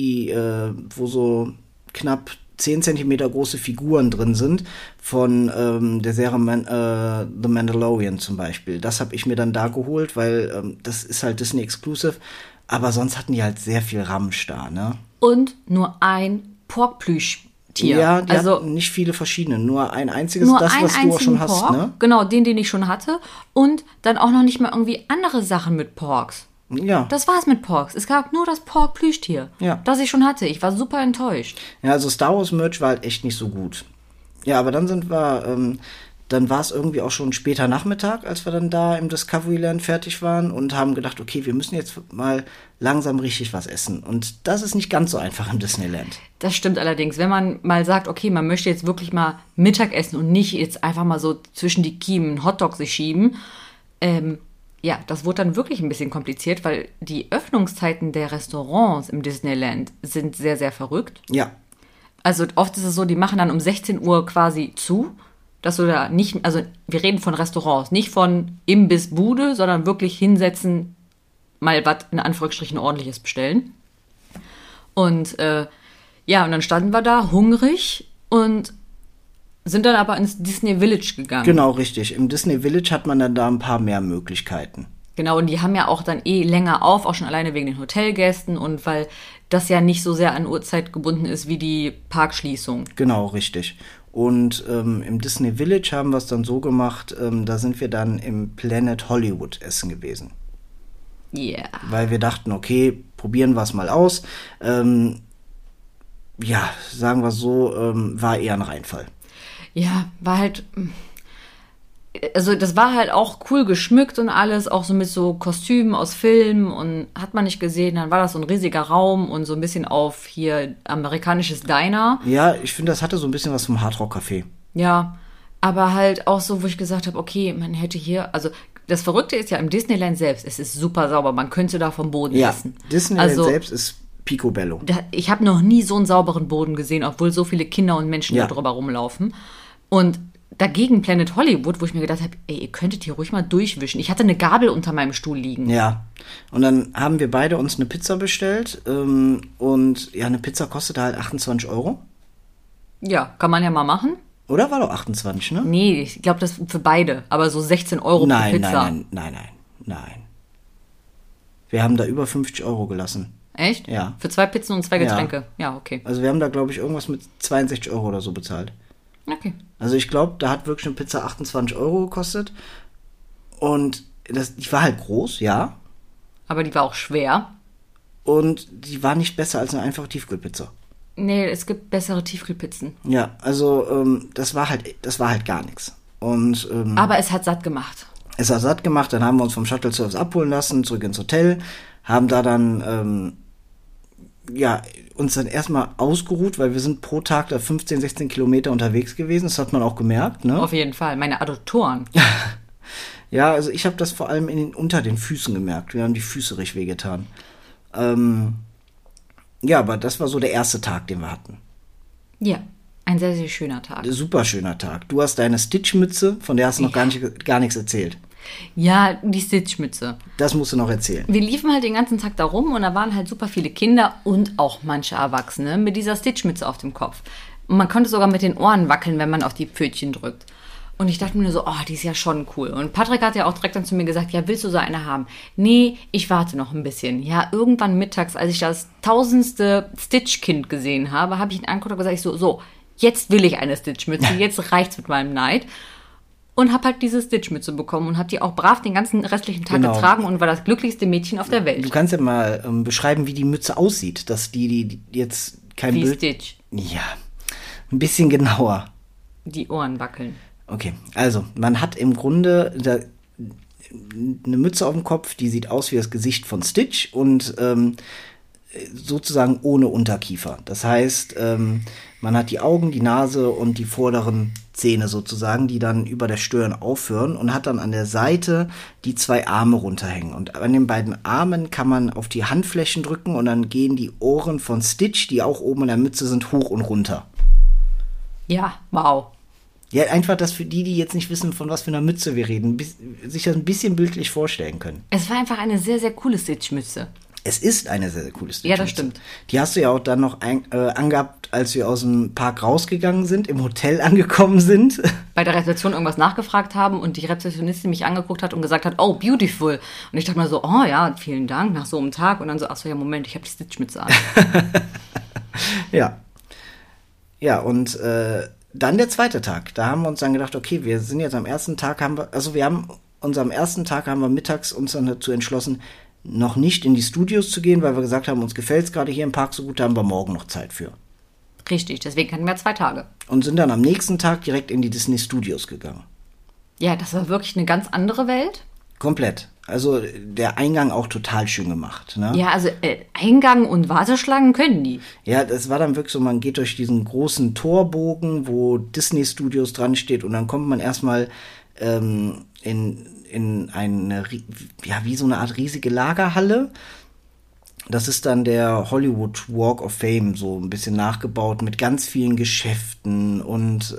wo so knapp 10 Zentimeter große Figuren drin sind von der Serie The Mandalorian zum Beispiel. Das habe ich mir dann da geholt, weil das ist halt Disney Exclusive. Aber sonst hatten die halt sehr viel Ramsch da, ne? Und nur ein Porkplüschtier. Ja, die also hatten nicht viele verschiedene. Nur ein einziges, das, was du auch schon hast, ne? Genau, den ich schon hatte. Und dann auch noch nicht mal irgendwie andere Sachen mit Porks. Ja. Das war's mit Porks. Es gab nur das Pork-Plüschtier, das ich schon hatte. Ich war super enttäuscht. Ja, also Star Wars Merch war halt echt nicht so gut. Ja, aber dann war es irgendwie auch schon später Nachmittag, als wir dann da im Discoveryland fertig waren und haben gedacht, okay, wir müssen jetzt mal langsam richtig was essen. Und das ist nicht ganz so einfach im Disneyland. Das stimmt allerdings. Wenn man mal sagt, okay, man möchte jetzt wirklich mal Mittag essen und nicht jetzt einfach mal so zwischen die Kiemen einen Hotdog sich schieben, ja, das wurde dann wirklich ein bisschen kompliziert, weil die Öffnungszeiten der Restaurants im Disneyland sind sehr, sehr verrückt. Ja. Also oft ist es so, die machen dann um 16 Uhr quasi zu, dass du da nicht, also wir reden von Restaurants, nicht von Imbissbude, sondern wirklich hinsetzen, mal was in Anführungsstrichen Ordentliches bestellen. Und und dann standen wir da hungrig und sind dann aber ins Disney Village gegangen. Genau, richtig. Im Disney Village hat man dann da ein paar mehr Möglichkeiten. Genau, und die haben ja auch dann länger auf, auch schon alleine wegen den Hotelgästen und weil das ja nicht so sehr an Uhrzeit gebunden ist wie die Parkschließung. Genau, richtig. Und im Disney Village haben wir es dann so gemacht, da sind wir dann im Planet Hollywood essen gewesen. Yeah. Weil wir dachten, okay, probieren wir es mal aus. Ja, sagen wir so, war eher ein Reinfall. Ja, war halt, also das war halt auch cool geschmückt und alles, auch so mit so Kostümen aus Filmen und hat man nicht gesehen, dann war das so ein riesiger Raum und so ein bisschen auf hier amerikanisches Diner. Ja, ich finde, das hatte so ein bisschen was vom Hardrock-Café. Ja, aber halt auch so, wo ich gesagt habe, okay, man hätte hier, also das Verrückte ist ja im Disneyland selbst, es ist super sauber, man könnte da vom Boden essen. Disneyland also, selbst ist picobello. Ich habe noch nie so einen sauberen Boden gesehen, obwohl so viele Kinder und Menschen da drüber rumlaufen. Und dagegen Planet Hollywood, wo ich mir gedacht habe, ey, ihr könntet hier ruhig mal durchwischen. Ich hatte eine Gabel unter meinem Stuhl liegen. Ja, und dann haben wir beide uns eine Pizza bestellt und ja, eine Pizza kostet halt 28 Euro. Ja, kann man ja mal machen. Oder war doch 28, ne? Nee, ich glaube, das für beide. Aber so 16 Euro pro Pizza. Nein. Wir haben da über 50 Euro gelassen. Echt? Ja. Für 2 Pizzen und 2 Getränke? Ja, okay. Also wir haben da, glaube ich, irgendwas mit 62 Euro oder so bezahlt. Okay. Also ich glaube, da hat wirklich eine Pizza 28 Euro gekostet. Und die war halt groß, ja. Aber die war auch schwer. Und die war nicht besser als eine einfache Tiefkühlpizza. Nee, es gibt bessere Tiefkühlpizzen. Ja, also das war halt gar nichts. Und aber es hat satt gemacht. Es hat satt gemacht, dann haben wir uns vom Shuttle-Service abholen lassen, zurück ins Hotel, haben da dann uns dann erstmal ausgeruht, weil wir sind pro Tag da 15, 16 Kilometer unterwegs gewesen. Das hat man auch gemerkt, ne? Auf jeden Fall. Meine Adduktoren. Ja, also ich habe das vor allem unter den Füßen gemerkt. Wir haben die Füße richtig wehgetan. Ja, aber das war so der erste Tag, den wir hatten. Ja, ein sehr, sehr schöner Tag. Super schöner Tag. Du hast deine Stitch-Mütze, von der hast du noch gar nichts erzählt. Ja, die Stitch-Mütze. Das musst du noch erzählen. Wir liefen halt den ganzen Tag da rum und da waren halt super viele Kinder und auch manche Erwachsene mit dieser Stitch-Mütze auf dem Kopf. Und man konnte sogar mit den Ohren wackeln, wenn man auf die Pfötchen drückt. Und ich dachte mir so, die ist ja schon cool. Und Patrick hat ja auch direkt dann zu mir gesagt, ja, willst du so eine haben? Nee, ich warte noch ein bisschen. Ja, irgendwann mittags, als ich das 1000. Stitch-Kind gesehen habe, habe ich ihn angeguckt und gesagt, so, jetzt will ich eine Stitch-Mütze, jetzt reicht's mit meinem Neid. Und habe halt diese Stitch-Mütze bekommen und habe die auch brav den ganzen restlichen Tag getragen und war das glücklichste Mädchen auf der Welt. Du kannst ja mal beschreiben, wie die Mütze aussieht, dass die jetzt kein wie Bild... Stitch. Ja, ein bisschen genauer. Die Ohren wackeln. Okay, also man hat im Grunde eine Mütze auf dem Kopf, die sieht aus wie das Gesicht von Stitch und sozusagen ohne Unterkiefer. Das heißt, man hat die Augen, die Nase und die vorderen Zähne sozusagen, die dann über der Stirn aufhören und hat dann an der Seite die 2 Arme runterhängen. Und an den beiden Armen kann man auf die Handflächen drücken und dann gehen die Ohren von Stitch, die auch oben in der Mütze sind, hoch und runter. Ja, wow. Ja, einfach, dass für die jetzt nicht wissen, von was für einer Mütze wir reden, sich das ein bisschen bildlich vorstellen können. Es war einfach eine sehr, sehr coole Stitch-Mütze. Es ist eine sehr, sehr coole Stitch-Mütze. Ja, das stimmt. Die hast du ja auch dann noch angehabt, als wir aus dem Park rausgegangen sind, im Hotel angekommen sind. Bei der Rezeption irgendwas nachgefragt haben und die Rezeptionistin mich angeguckt hat und gesagt hat, oh, beautiful. Und ich dachte mal so, oh ja, vielen Dank, nach so einem Tag. Und dann so, ach so, ja, Moment, ich habe die Stitch-Mütze an. Ja. Ja, und dann der zweite Tag. Da haben wir uns dann gedacht, okay, wir sind jetzt am ersten Tag, am ersten Tag haben wir mittags uns dann dazu entschlossen, noch nicht in die Studios zu gehen, weil wir gesagt haben, uns gefällt es gerade hier im Park so gut, da haben wir morgen noch Zeit für. Richtig, deswegen hatten wir 2 Tage. Und sind dann am nächsten Tag direkt in die Disney Studios gegangen. Ja, das war wirklich eine ganz andere Welt. Komplett. Also der Eingang auch total schön gemacht. Ne? Ja, also Eingang und Warteschlangen können die. Ja, das war dann wirklich so, man geht durch diesen großen Torbogen, wo Disney Studios dran steht und dann kommt man erstmal in eine, ja, wie so eine Art riesige Lagerhalle. Das ist dann der Hollywood Walk of Fame, so ein bisschen nachgebaut mit ganz vielen Geschäften und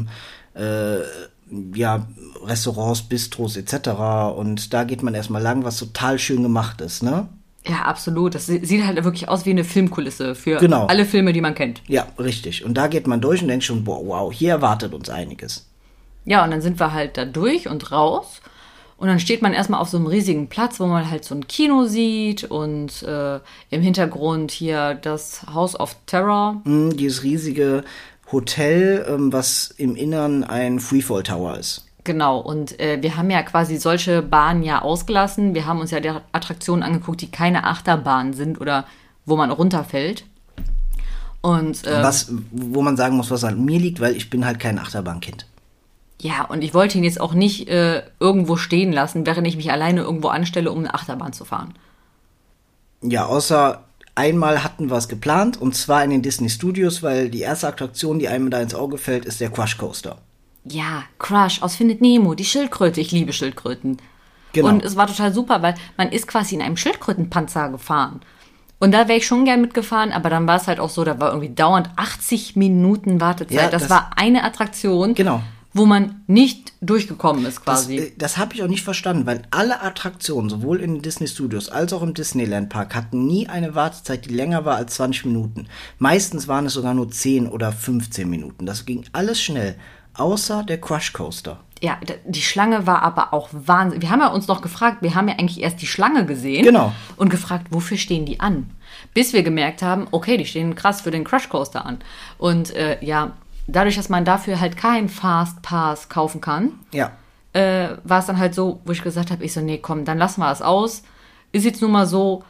Restaurants, Bistros etc. Und da geht man erstmal lang, was total schön gemacht ist, ne? Ja, absolut. Das sieht halt wirklich aus wie eine Filmkulisse für alle Filme, die man kennt. Ja, richtig. Und da geht man durch und denkt schon, boah, wow, hier erwartet uns einiges. Ja, und dann sind wir halt da durch und raus. Und dann steht man erstmal auf so einem riesigen Platz, wo man halt so ein Kino sieht und im Hintergrund hier das House of Terror. Dieses riesige Hotel, was im Innern ein Freefall Tower ist. Genau, und wir haben ja quasi solche Bahnen ja ausgelassen. Wir haben uns ja die Attraktionen angeguckt, die keine Achterbahnen sind oder wo man runterfällt. Und wo man sagen muss, was an mir liegt, weil ich bin halt kein Achterbahnkind. ja, und ich wollte ihn jetzt auch nicht irgendwo stehen lassen, während ich mich alleine irgendwo anstelle, um eine Achterbahn zu fahren. Ja, außer einmal hatten wir es geplant, und zwar in den Disney Studios, weil die erste Attraktion, die einem da ins Auge fällt, ist der Crush Coaster. Ja, Crush aus Findet Nemo, die Schildkröte. Ich liebe Schildkröten. Genau. Und es war total super, weil man ist quasi in einem Schildkrötenpanzer gefahren. Und da wäre ich schon gern mitgefahren, aber dann war es halt auch so, da war irgendwie dauernd 80 Minuten Wartezeit. Ja, das war eine Attraktion, Genau. wo man nicht durchgekommen ist quasi. Das habe ich auch nicht verstanden, weil alle Attraktionen, sowohl in den Disney Studios als auch im Disneyland Park, hatten nie eine Wartezeit, die länger war als 20 Minuten. Meistens waren es sogar nur 10 oder 15 Minuten. Das ging alles schnell, außer der Crush Coaster. Ja, die Schlange war aber auch Wahnsinn. Wir haben ja uns noch gefragt, wir haben ja eigentlich erst die Schlange gesehen. Genau. Und gefragt, wofür stehen die an? Bis wir gemerkt haben, okay, die stehen krass für den Crush Coaster an. Und dadurch, dass man dafür halt keinen Fast Pass kaufen kann, Ja. war es dann halt so, wo ich gesagt habe, nee, komm, dann lassen wir es aus. Ist jetzt nun mal so,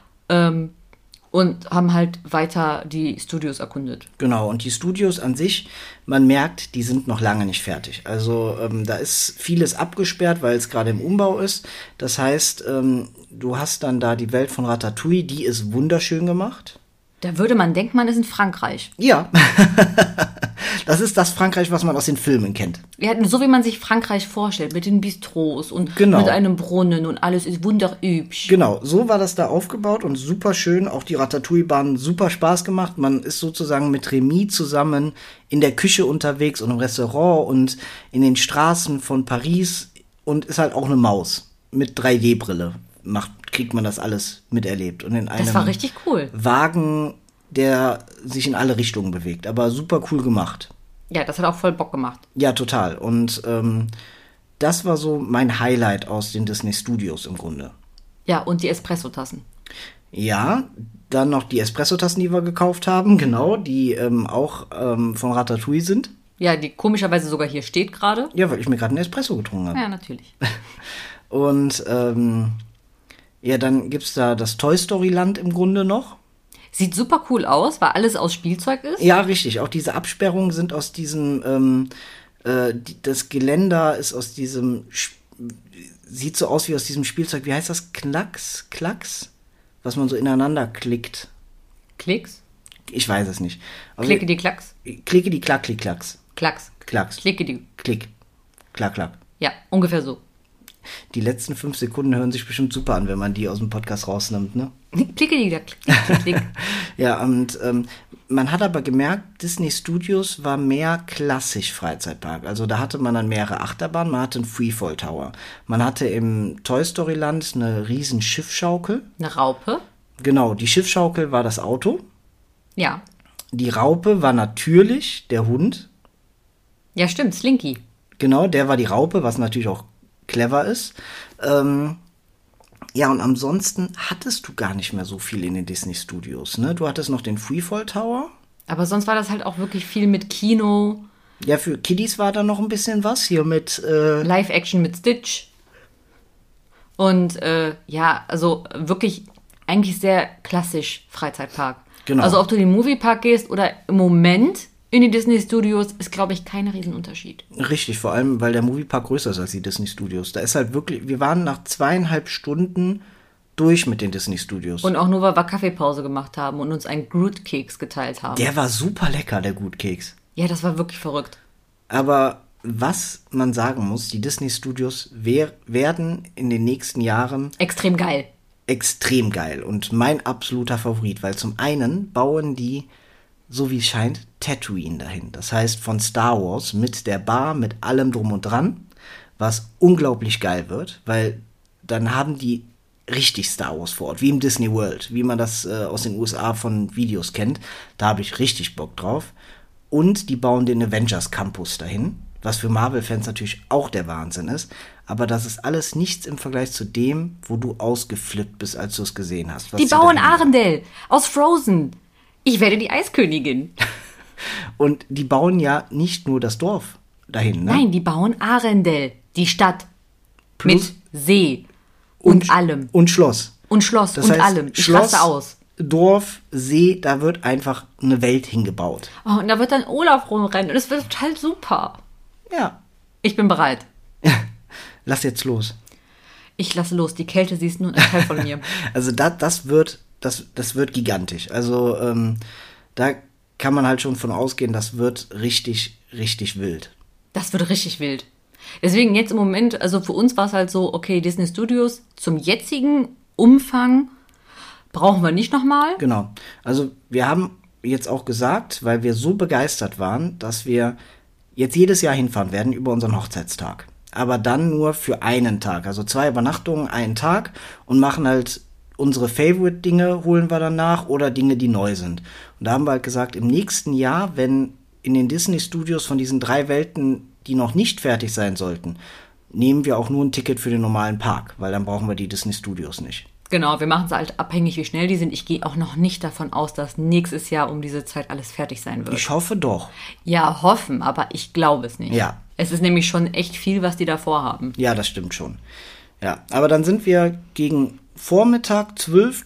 und haben halt weiter die Studios erkundet. Genau, und die Studios an sich, man merkt, die sind noch lange nicht fertig. Also da ist vieles abgesperrt, weil es gerade im Umbau ist. Das heißt, du hast dann da die Welt von Ratatouille, die ist wunderschön gemacht. Da würde man denken, man ist in Frankreich. Ja, das ist das Frankreich, was man aus den Filmen kennt. Ja, so wie man sich Frankreich vorstellt, mit den Bistros und Genau. mit einem Brunnen und alles ist wunderübsch. Genau, so war das da aufgebaut und super schön. Auch die Ratatouille-Bahn super Spaß gemacht. Man ist sozusagen mit Remy zusammen in der Küche unterwegs und im Restaurant und in den Straßen von Paris und ist halt auch eine Maus mit 3D-Brille. Kriegt man das alles miterlebt. Und in einem Das war richtig cool. Wagen, der sich in alle Richtungen bewegt. Aber super cool gemacht. Ja, das hat auch voll Bock gemacht. Ja, total. Und das war so mein Highlight aus den Disney Studios im Grunde. Ja, und die Espresso-Tassen. Ja, dann noch die Espresso-Tassen, die wir gekauft haben, genau, die auch von Ratatouille sind. Ja, die komischerweise sogar hier steht gerade. Ja, weil ich mir gerade einen Espresso getrunken habe. Ja, natürlich. Und ja, dann gibt's da das Toy Story Land im Grunde noch. Sieht super cool aus, weil alles aus Spielzeug ist. Ja, richtig. Auch diese Absperrungen sind aus diesem, das Geländer ist aus diesem, sieht so aus wie aus diesem Spielzeug. Wie heißt das? Klacks? Was man so ineinander klickt. Klicks? Ich weiß es nicht. Also, Klicke die Klacks? Klicke die Klack, Klick, Klacks. Klacks. Klacks. Klicke die. Klick. Klack, Klack. Ja, ungefähr so. Die letzten 5 Sekunden hören sich bestimmt super an, wenn man die aus dem Podcast rausnimmt, ne? Klicke die da. Klick. Ja, und man hat aber gemerkt, Disney Studios war mehr klassisch Freizeitpark. Also da hatte man dann mehrere Achterbahnen, man hatte einen Freefall Tower. Man hatte im Toy Story Land eine riesen Schiffschaukel. Eine Raupe. Genau, die Schiffschaukel war das Auto. Ja. Die Raupe war natürlich der Hund. Ja, stimmt, Slinky. Genau, der war die Raupe, was natürlich auch clever ist. Ja, und ansonsten hattest du gar nicht mehr so viel in den Disney Studios, ne? Du hattest noch den Freefall Tower. Aber sonst war das halt auch wirklich viel mit Kino. Ja, für Kiddies war da noch ein bisschen was hier mit Live-Action mit Stitch. Und ja, also wirklich eigentlich sehr klassisch Freizeitpark. Genau. Also ob du in den Moviepark gehst oder im Moment in die Disney Studios, ist, glaube ich, kein Riesenunterschied. Richtig, vor allem, weil der Moviepark größer ist als die Disney Studios. Da ist halt wirklich, wir waren nach 2,5 Stunden durch mit den Disney Studios. Und auch nur, weil wir Kaffeepause gemacht haben und uns einen Groot-Keks geteilt haben. Der war super lecker, der Gutkeks. Ja, das war wirklich verrückt. Aber was man sagen muss, die Disney Studios werden in den nächsten Jahren Extrem geil. extrem geil und mein absoluter Favorit, weil zum einen bauen die, so wie es scheint, Tatooine dahin. Das heißt von Star Wars mit der Bar, mit allem drum und dran, was unglaublich geil wird, weil dann haben die richtig Star Wars vor Ort, wie im Disney World, wie man das aus den USA von Videos kennt. Da habe ich richtig Bock drauf. Und die bauen den Avengers Campus dahin, was für Marvel-Fans natürlich auch der Wahnsinn ist. Aber das ist alles nichts im Vergleich zu dem, wo du ausgeflippt bist, als du es gesehen hast. Was Die sie bauen dahin- Arendelle aus Frozen. Ich werde die Eiskönigin. Und die bauen ja nicht nur das Dorf dahin, ne? Nein, die bauen Arendelle. Die Stadt. Plus Mit See. Und allem. Und Schloss. Und Schloss Das und heißt, allem. Ich Schloss, raste aus. Dorf, See, da wird einfach eine Welt hingebaut. Oh, und da wird dann Olaf rumrennen. Und es wird total super. Ja. Ich bin bereit. Lass jetzt los. Ich lasse los. Die Kälte, sie ist nur ein Teil von mir. Also das wird gigantisch. Also da kann man halt schon von ausgehen, das wird richtig, richtig wild. Das wird richtig wild. Deswegen jetzt im Moment, also für uns war es halt so, okay, Disney Studios zum jetzigen Umfang brauchen wir nicht nochmal. Genau. Also wir haben jetzt auch gesagt, weil wir so begeistert waren, dass wir jetzt jedes Jahr hinfahren werden über unseren Hochzeitstag. Aber dann nur für einen Tag. Also 2 Übernachtungen, einen Tag und machen halt unsere Favorite-Dinge, holen wir dann nach oder Dinge, die neu sind. Und da haben wir halt gesagt, im nächsten Jahr, wenn in den Disney-Studios von diesen 3 Welten, die noch nicht fertig sein sollten, nehmen wir auch nur ein Ticket für den normalen Park, weil dann brauchen wir die Disney-Studios nicht. Genau, wir machen es halt abhängig, wie schnell die sind. Ich gehe auch noch nicht davon aus, dass nächstes Jahr um diese Zeit alles fertig sein wird. Ich hoffe doch. Ja, hoffen, aber ich glaube es nicht. Ja. Es ist nämlich schon echt viel, was die da vorhaben. Ja, das stimmt schon. Ja, aber dann sind wir gegen Vormittag 12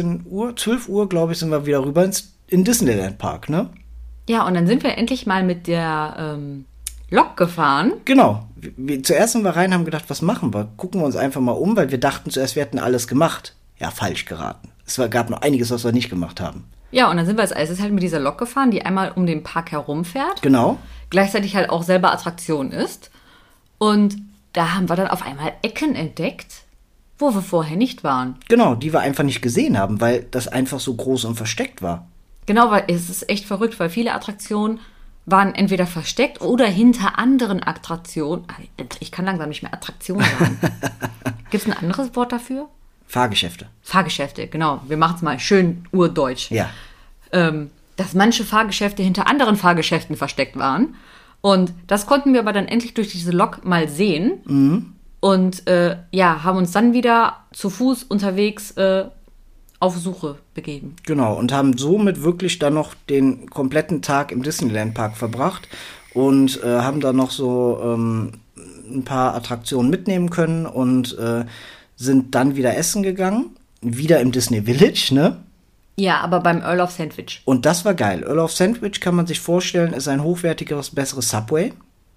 Uhr, glaube ich, sind wir wieder rüber in Disneyland Park, ne? Ja, und dann sind wir endlich mal mit der Lok gefahren. Genau. Zuerst sind wir rein, haben gedacht, was machen wir? Gucken wir uns einfach mal um, weil wir dachten zuerst, wir hätten alles gemacht. Ja, falsch geraten. Gab noch einiges, was wir nicht gemacht haben. Ja, und dann sind wir als erstes halt mit dieser Lok gefahren, die einmal um den Park herumfährt. Genau. Gleichzeitig halt auch selber Attraktion ist. Und da haben wir dann auf einmal Ecken entdeckt, wo wir vorher nicht waren. Genau, die wir einfach nicht gesehen haben, weil das einfach so groß und versteckt war. Genau, weil es ist echt verrückt, weil viele Attraktionen waren entweder versteckt oder hinter anderen Attraktionen. Ich kann langsam nicht mehr Attraktion sagen. Gibt es ein anderes Wort dafür? Fahrgeschäfte. Fahrgeschäfte, genau. Wir machen es mal schön urdeutsch. Ja. Dass manche Fahrgeschäfte hinter anderen Fahrgeschäften versteckt waren. Und das konnten wir aber dann endlich durch diese Lok mal sehen. Mhm. Und haben uns dann wieder zu Fuß unterwegs auf Suche begeben. Genau, und haben somit wirklich dann noch den kompletten Tag im Disneyland Park verbracht und haben dann noch so ein paar Attraktionen mitnehmen können und sind dann wieder essen gegangen. Wieder im Disney Village, ne? Ja, aber beim Earl of Sandwich. Und das war geil. Earl of Sandwich kann man sich vorstellen, ist ein hochwertigeres, besseres Subway.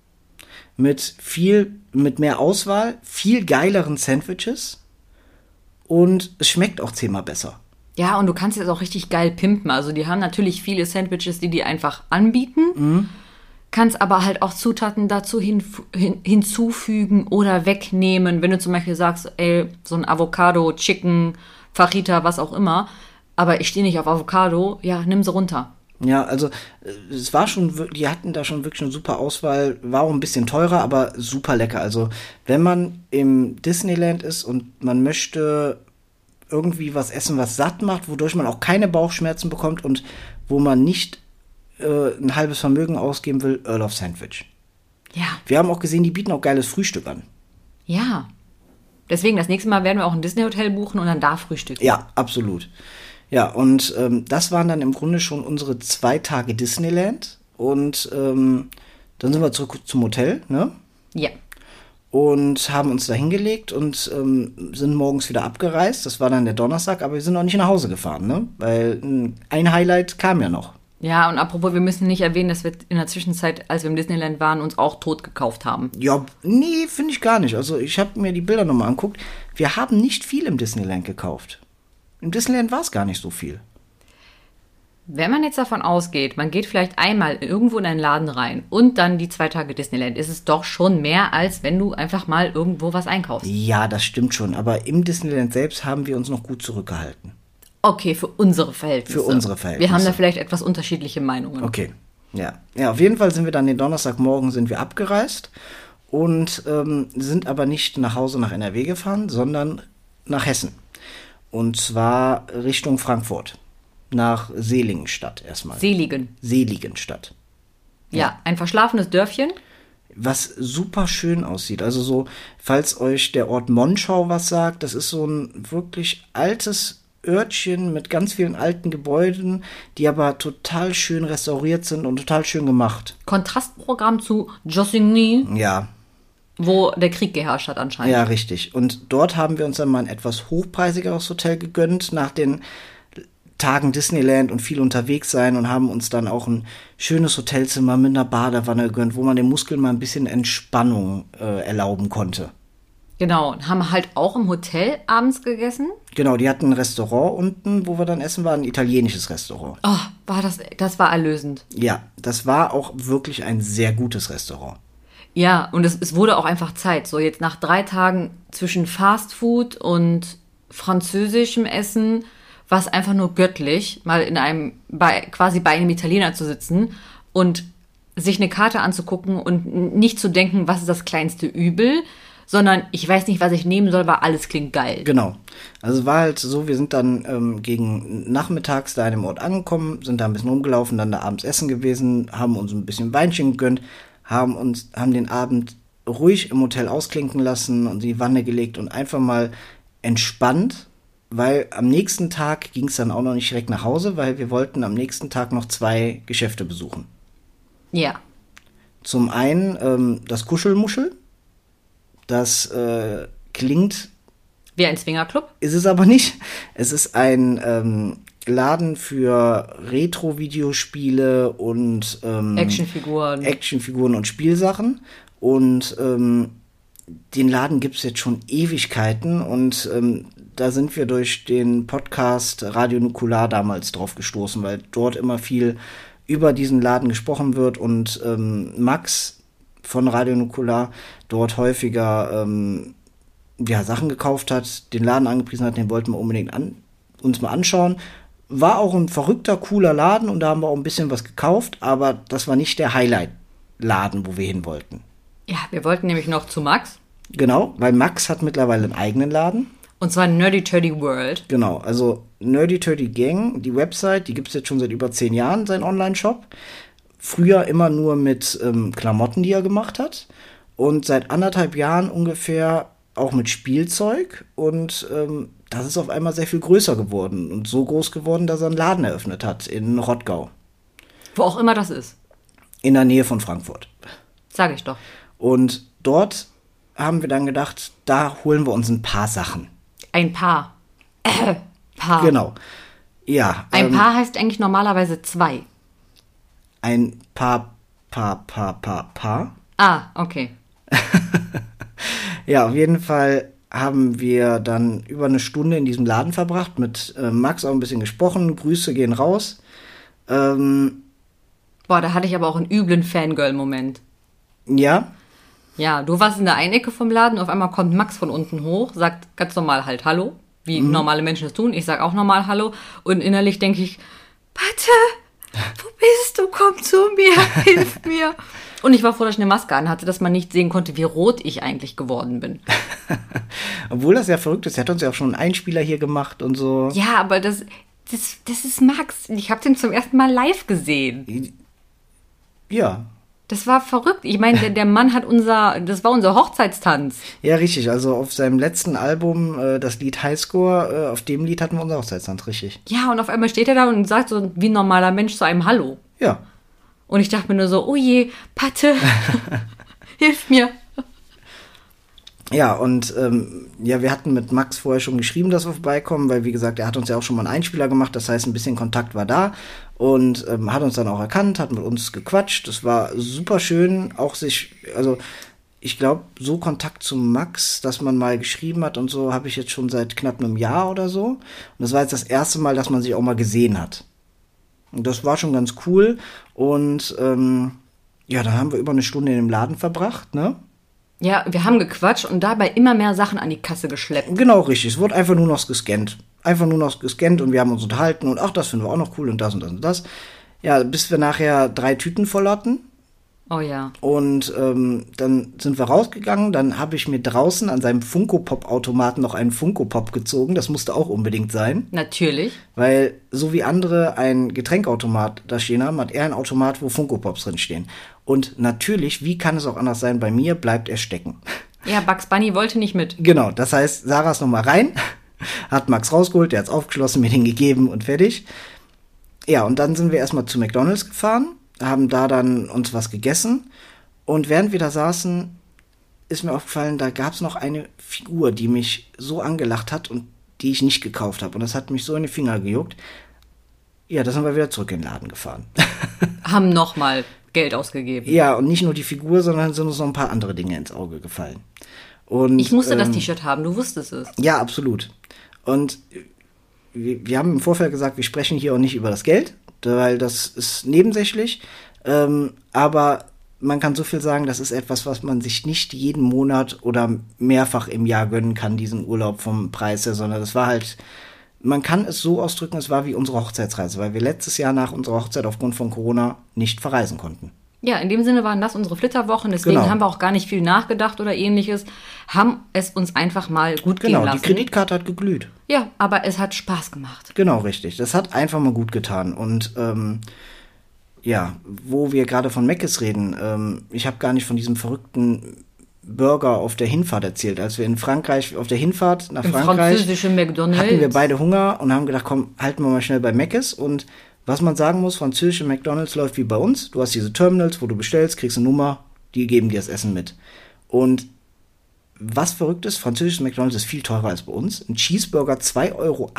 Mit mehr Auswahl, viel geileren Sandwiches. Und es schmeckt auch 10-mal besser. Ja, und du kannst jetzt auch richtig geil pimpen. Also die haben natürlich viele Sandwiches, die einfach anbieten. Mhm. Kannst aber halt auch Zutaten dazu hinzufügen oder wegnehmen. Wenn du zum Beispiel sagst, ey, so ein Avocado, Chicken, Fajita, was auch immer. Aber ich stehe nicht auf Avocado. Ja, nimm sie runter. Ja, also es war schon, die hatten da schon wirklich eine super Auswahl, war auch ein bisschen teurer, aber super lecker. Also wenn man im Disneyland ist und man möchte irgendwie was essen, was satt macht, wodurch man auch keine Bauchschmerzen bekommt und wo man nicht ein halbes Vermögen ausgeben will, Earl of Sandwich. Ja. Wir haben auch gesehen, die bieten auch geiles Frühstück an. Ja. Deswegen, das nächste Mal werden wir auch ein Disney-Hotel buchen und dann da frühstücken. Ja, absolut. Ja, und das waren dann im Grunde schon unsere 2 Tage Disneyland. Und dann sind wir zurück zum Hotel, ne? Ja. Und haben uns da hingelegt und sind morgens wieder abgereist. Das war dann der Donnerstag, aber wir sind noch nicht nach Hause gefahren, ne? Weil ein Highlight kam ja noch. Ja, und apropos, wir müssen nicht erwähnen, dass wir in der Zwischenzeit, als wir im Disneyland waren, uns auch tot gekauft haben. Ja, nee, finde ich gar nicht. Also ich habe mir die Bilder nochmal angeguckt. Wir haben nicht viel im Disneyland gekauft. Im Disneyland war es gar nicht so viel. Wenn man jetzt davon ausgeht, man geht vielleicht einmal irgendwo in einen Laden rein und dann die 2 Tage Disneyland, ist es doch schon mehr, als wenn du einfach mal irgendwo was einkaufst. Ja, das stimmt schon. Aber im Disneyland selbst haben wir uns noch gut zurückgehalten. Okay, für unsere Verhältnisse. Für unsere Verhältnisse. Wir haben da vielleicht etwas unterschiedliche Meinungen. Okay, ja. Ja, auf jeden Fall sind wir dann den Donnerstagmorgen sind wir abgereist und sind aber nicht nach Hause nach NRW gefahren, sondern nach Hessen. Und zwar Richtung Frankfurt. Nach Seligenstadt erstmal. Seligenstadt. Ja, ein verschlafenes Dörfchen. Was super schön aussieht. Also so, falls euch der Ort Monschau was sagt, das ist so ein wirklich altes Örtchen mit ganz vielen alten Gebäuden, die aber total schön restauriert sind und total schön gemacht. Kontrastprogramm zu Jossigny. Ja. wo der Krieg geherrscht hat anscheinend. Ja, richtig. Und dort haben wir uns dann mal ein etwas hochpreisigeres Hotel gegönnt nach den Tagen Disneyland und viel unterwegs sein und haben uns dann auch ein schönes Hotelzimmer mit einer Badewanne gegönnt, wo man den Muskeln mal ein bisschen Entspannung erlauben konnte. Genau, und haben halt auch im Hotel abends gegessen. Genau, die hatten ein Restaurant unten, wo wir dann essen waren, ein italienisches Restaurant. Oh, das war erlösend. Ja, das war auch wirklich ein sehr gutes Restaurant. Ja, und es wurde auch einfach Zeit. So jetzt nach 3 Tagen zwischen Fast Food und französischem Essen war es einfach nur göttlich, mal quasi bei einem Italiener zu sitzen und sich eine Karte anzugucken und nicht zu denken, was ist das kleinste Übel, sondern ich weiß nicht, was ich nehmen soll, weil alles klingt geil. Genau. Also es war halt so, wir sind dann gegen nachmittags da in dem Ort angekommen, sind da ein bisschen rumgelaufen, dann da abends essen gewesen, haben uns ein bisschen Weinchen gegönnt, haben den Abend ruhig im Hotel ausklinken lassen und in die Wanne gelegt und einfach mal entspannt, weil am nächsten Tag ging es dann auch noch nicht direkt nach Hause, weil wir wollten am nächsten Tag noch 2 Geschäfte besuchen. Ja. Zum einen das Kuschelmuschel. Das klingt... Wie ein Swingerclub? Ist es aber nicht. Es ist ein Laden für Retro-Videospiele und Actionfiguren und Spielsachen. Und den Laden gibt es jetzt schon Ewigkeiten und da sind wir durch den Podcast Radio Nukular damals drauf gestoßen, weil dort immer viel über diesen Laden gesprochen wird und Max von Radio Nukular dort häufiger Sachen gekauft hat, den Laden angepriesen hat, den wollten wir unbedingt uns mal anschauen. War auch ein verrückter, cooler Laden und da haben wir auch ein bisschen was gekauft, aber das war nicht der Highlight-Laden, wo wir hin wollten. Ja, wir wollten nämlich noch zu Max. Genau, weil Max hat mittlerweile einen eigenen Laden. Und zwar Nerdy Turdy World. Genau, also Nerdy Turdy Gang, die Website, die gibt es jetzt schon seit über 10 Jahren, sein Online-Shop. Früher immer nur mit Klamotten, die er gemacht hat. Und seit 1,5 Jahren ungefähr auch mit Spielzeug. Und das ist auf einmal sehr viel größer geworden. Und so groß geworden, dass er einen Laden eröffnet hat in Rottgau. Wo auch immer das ist. In der Nähe von Frankfurt. Sag ich doch. Und dort haben wir dann gedacht, da holen wir uns ein paar Sachen. Ein Paar. Paar. Genau. Ja. Ein Paar heißt eigentlich normalerweise 2. Ein Paar. Ah, okay. Ja, auf jeden Fall haben wir dann über eine Stunde in diesem Laden verbracht, mit Max auch ein bisschen gesprochen. Grüße gehen raus. Boah, da hatte ich aber auch einen üblen Fangirl-Moment. Ja? Ja, du warst in der einen Ecke vom Laden, auf einmal kommt Max von unten hoch, sagt ganz normal halt Hallo, wie normale Menschen es tun. Ich sag auch normal Hallo und innerlich denke ich, Patte, wo bist du? Komm zu mir, hilf mir. Und ich war froh, dass ich eine Maske anhatte, dass man nicht sehen konnte, wie rot ich eigentlich geworden bin. Obwohl das ja verrückt ist, er hat uns ja auch schon einen Einspieler hier gemacht und so. Ja, aber das ist Max. Ich habe den zum ersten Mal live gesehen. Ja. Das war verrückt. Ich meine, der Mann hat das war unser Hochzeitstanz. Ja, richtig. Also auf seinem letzten Album, das Lied Highscore, auf dem Lied hatten wir unser Hochzeitstanz, richtig. Ja, und auf einmal steht er da und sagt so wie ein normaler Mensch zu einem Hallo. Ja. Und ich dachte mir nur so, oh je, Patte, hilf mir. Ja, und wir hatten mit Max vorher schon geschrieben, dass wir vorbeikommen, weil, wie gesagt, er hat uns ja auch schon mal einen Einspieler gemacht, das heißt, ein bisschen Kontakt war da und hat uns dann auch erkannt, hat mit uns gequatscht, das war super schön, ich glaube, so Kontakt zu Max, dass man mal geschrieben hat und so, habe ich jetzt schon seit knapp einem Jahr oder so. Und das war jetzt das erste Mal, dass man sich auch mal gesehen hat. Und das war schon ganz cool und dann haben wir über eine Stunde in dem Laden verbracht, ne? Ja, wir haben gequatscht und dabei immer mehr Sachen an die Kasse geschleppt. Genau, richtig. Es wurde einfach nur noch gescannt. Und wir haben uns unterhalten und ach, das finden wir auch noch cool und das und das und das. Ja, bis wir nachher 3 Tüten voll hatten. Oh ja. Und dann sind wir rausgegangen. Dann habe ich mir draußen an seinem Funko-Pop-Automaten noch einen Funko-Pop gezogen. Das musste auch unbedingt sein. Natürlich. Weil so wie andere ein Getränkautomat da stehen haben, hat er ein Automat, wo Funko-Pops drin stehen. Und natürlich, wie kann es auch anders sein, bei mir bleibt er stecken. Ja, Bugs Bunny wollte nicht mit. Genau, das heißt, Sarah ist nochmal rein, hat Max rausgeholt, der hat's aufgeschlossen, mir den gegeben und fertig. Ja, und dann sind wir erstmal zu McDonald's gefahren, haben da dann uns was gegessen und während wir da saßen, ist mir aufgefallen, da gab es noch eine Figur, die mich so angelacht hat und die ich nicht gekauft habe. Und das hat mich so in die Finger gejuckt. Ja, da sind wir wieder zurück in den Laden gefahren. Haben nochmal Geld ausgegeben. Ja, und nicht nur die Figur, sondern sind uns noch ein paar andere Dinge ins Auge gefallen. Und, Ich musste das T-Shirt haben, du wusstest es. Ja, absolut. Und wir haben im Vorfeld gesagt, wir sprechen hier auch nicht über das Geld, weil das ist nebensächlich. Aber man kann so viel sagen, das ist etwas, was man sich nicht jeden Monat oder mehrfach im Jahr gönnen kann, diesen Urlaub vom Preis her, sondern das war halt, man kann es so ausdrücken, es war wie unsere Hochzeitsreise, weil wir letztes Jahr nach unserer Hochzeit aufgrund von Corona nicht verreisen konnten. Ja, in dem Sinne waren das unsere Flitterwochen, deswegen Genau. haben wir auch gar nicht viel nachgedacht oder ähnliches, haben es uns einfach mal gut gehen Genau, lassen. die Kreditkarte hat geglüht. Ja, aber es hat Spaß gemacht. Genau, richtig. Das hat einfach mal gut getan. Und ja, wo wir gerade von Mc's reden, ich habe gar nicht von diesem verrückten Burger auf der Hinfahrt erzählt. Als wir in Frankreich, auf der Hinfahrt nach Im Frankreich, französischen McDonald's. hatten wir beide Hunger und haben gedacht, komm, halten wir mal schnell bei Mc's. Und was man sagen muss, französische McDonald's läuft wie bei uns. Du hast diese Terminals, wo du bestellst, kriegst eine Nummer, die geben dir das Essen mit. Und was verrückt ist, französisches McDonald's ist viel teurer als bei uns. Ein Cheeseburger 2,80 Euro,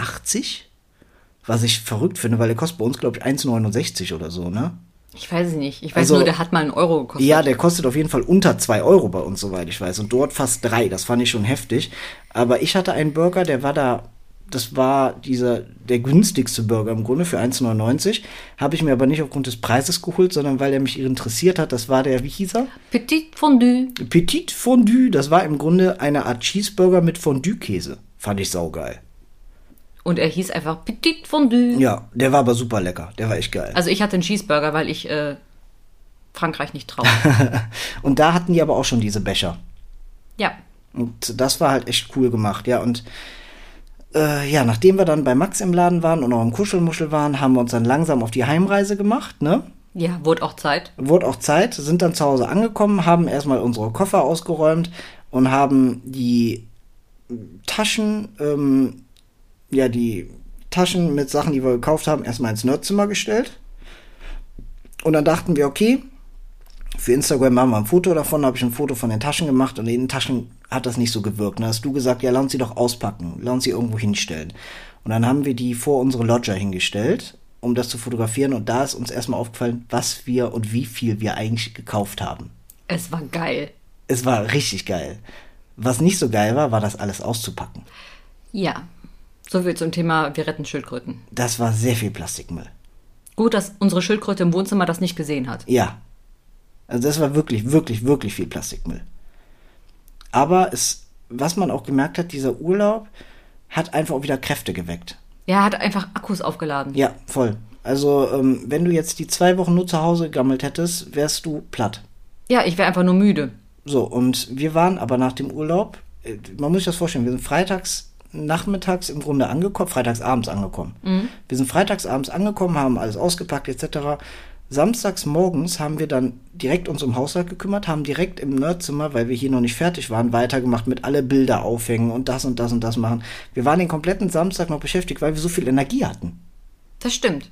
was ich verrückt finde, weil der kostet bei uns, glaube ich, 1,69 oder so, ne? Ich weiß es nicht. Ich weiß Also, nur, der hat mal einen Euro gekostet. Ja, der kostet auf jeden Fall unter 2 Euro bei uns, soweit ich weiß. Und dort fast 3. Das fand ich schon heftig. Aber ich hatte einen Burger, der war da, das war der günstigste Burger im Grunde für 1,99. Habe ich mir aber nicht aufgrund des Preises geholt, sondern weil er mich interessiert hat. Das war der, wie hieß er? Petit Fondue. Petit Fondue. Das war im Grunde eine Art Cheeseburger mit Fondue-Käse. Fand ich saugeil. Und er hieß einfach Petit Fondue. Ja, der war aber super lecker. Der war echt geil. Also ich hatte einen Cheeseburger, weil ich Frankreich nicht traue. Und da hatten die aber auch schon diese Becher. Ja. Und das war halt echt cool gemacht, ja. Und ja, nachdem wir dann bei Max im Laden waren und auch im Kuschelmuschel waren, haben wir uns dann langsam auf die Heimreise gemacht, ne? Ja, wurde auch Zeit. Wurde auch Zeit, sind dann zu Hause angekommen, haben erstmal unsere Koffer ausgeräumt und haben die Taschen, die Taschen mit Sachen, die wir gekauft haben, erstmal ins Nerdzimmer gestellt. Und dann dachten wir, okay, für Instagram machen wir ein Foto davon, habe ich ein Foto von den Taschen gemacht und in den Taschen hat das nicht so gewirkt. Da hast du gesagt, ja, lass uns sie doch auspacken, lass uns sie irgendwo hinstellen. Und dann haben wir die vor unsere Lodger hingestellt, um das zu fotografieren. Und da ist uns erstmal aufgefallen, was wir und wie viel wir eigentlich gekauft haben. Es war geil. Es war richtig geil. Was nicht so geil war, war das alles auszupacken. Ja. So viel zum Thema wir retten Schildkröten. Das war sehr viel Plastikmüll. Gut, dass unsere Schildkröte im Wohnzimmer das nicht gesehen hat. Ja. Also das war wirklich, wirklich, wirklich viel Plastikmüll. Aber was man auch gemerkt hat, dieser Urlaub hat einfach auch wieder Kräfte geweckt. Er hat einfach Akkus aufgeladen. Ja, voll. Also wenn du jetzt die 2 Wochen nur zu Hause gegammelt hättest, wärst du platt. Ja, ich wäre einfach nur müde. So, und wir waren aber nach dem Urlaub, man muss sich das vorstellen, wir sind freitags nachmittags im Grunde angekommen, freitagsabends angekommen. Wir sind freitagsabends angekommen, haben alles ausgepackt etc. Samstags morgens haben wir dann direkt uns um Haushalt gekümmert, haben direkt im Nerdzimmer, weil wir hier noch nicht fertig waren, weitergemacht mit alle Bilder aufhängen und das und das und das machen. Wir waren den kompletten Samstag noch beschäftigt, weil wir so viel Energie hatten. Das stimmt.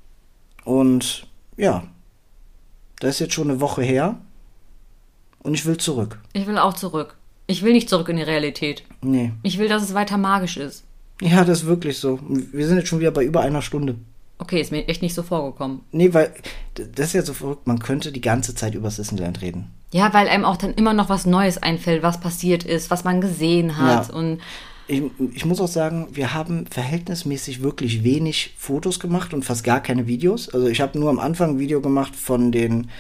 Und ja, das ist jetzt schon eine Woche her und ich will zurück. Ich will auch zurück. Ich will nicht zurück in die Realität. Nee. Ich will, dass es weiter magisch ist. Ja, das ist wirklich so. Wir sind jetzt schon wieder bei über einer Stunde. Okay, ist mir echt nicht so vorgekommen. Nee, weil das ist ja so verrückt, man könnte die ganze Zeit über Disneyland reden. Ja, weil einem auch dann immer noch was Neues einfällt, was passiert ist, was man gesehen hat. Ja. Und Ich muss auch sagen, wir haben verhältnismäßig wirklich wenig Fotos gemacht und fast gar keine Videos. Also ich habe nur am Anfang ein Video gemacht von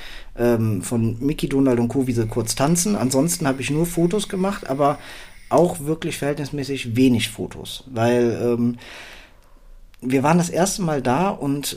Mickey, Donald und Co., wie sie kurz tanzen. Ansonsten habe ich nur Fotos gemacht, aber auch wirklich verhältnismäßig wenig Fotos. Weil wir waren das erste Mal da und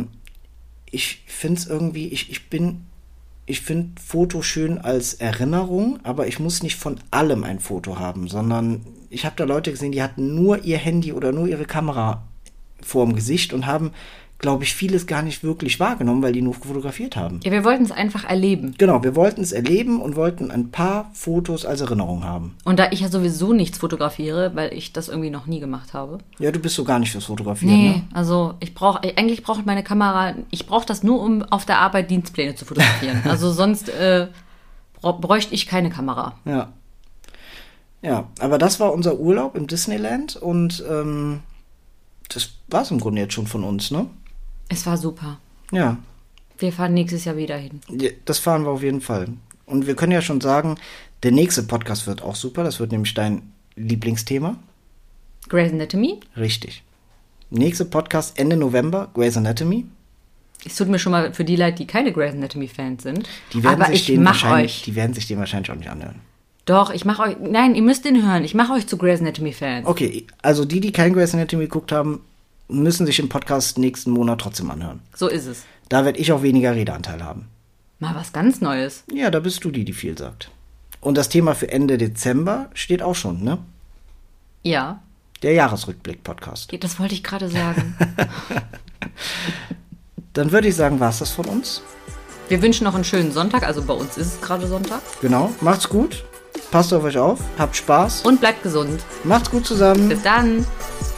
ich finde es irgendwie, ich finde Foto schön als Erinnerung, aber ich muss nicht von allem ein Foto haben, sondern ich habe da Leute gesehen, die hatten nur ihr Handy oder nur ihre Kamera vor dem Gesicht und haben, glaube ich, vieles gar nicht wirklich wahrgenommen, weil die nur fotografiert haben. ja, wir wollten es einfach erleben. Genau, wir wollten es erleben und wollten ein paar Fotos als Erinnerung haben. Und da ich ja sowieso nichts fotografiere, weil ich das irgendwie noch nie gemacht habe. Ja, du bist so gar nicht fürs Fotografieren, Nee, ne? also eigentlich brauche ich meine Kamera, ich brauche das nur, um auf der Arbeit Dienstpläne zu fotografieren. Also sonst bräuchte ich keine Kamera. Ja. Ja, aber das war unser Urlaub im Disneyland und das war es im Grunde jetzt schon von uns, ne? Es war super. Ja. Wir fahren nächstes Jahr wieder hin. Ja, das fahren wir auf jeden Fall. Und wir können ja schon sagen, der nächste Podcast wird auch super. Das wird nämlich dein Lieblingsthema. Grey's Anatomy. Richtig. Nächster Podcast Ende November, Grey's Anatomy. Es tut mir schon mal für die leid, die keine Grey's Anatomy-Fans sind. Die werden aber sich ich mach euch. Die werden sich den wahrscheinlich auch nicht anhören. Doch, ich mache euch. Nein, ihr müsst den hören. Ich mache euch zu Grey's Anatomy-Fans. Okay, also die kein Grey's Anatomy geguckt haben, müssen sich den Podcast nächsten Monat trotzdem anhören. So ist es. Da werde ich auch weniger Redeanteil haben. Mal was ganz Neues. Ja, da bist du die viel sagt. Und das Thema für Ende Dezember steht auch schon, ne? Ja. Der Jahresrückblick-Podcast. Das wollte ich gerade sagen. Dann würde ich sagen, war es das von uns. Wir wünschen noch einen schönen Sonntag. Also bei uns ist es gerade Sonntag. Genau. Macht's gut. Passt auf euch auf. Habt Spaß. Und bleibt gesund. Macht's gut zusammen. Bis dann.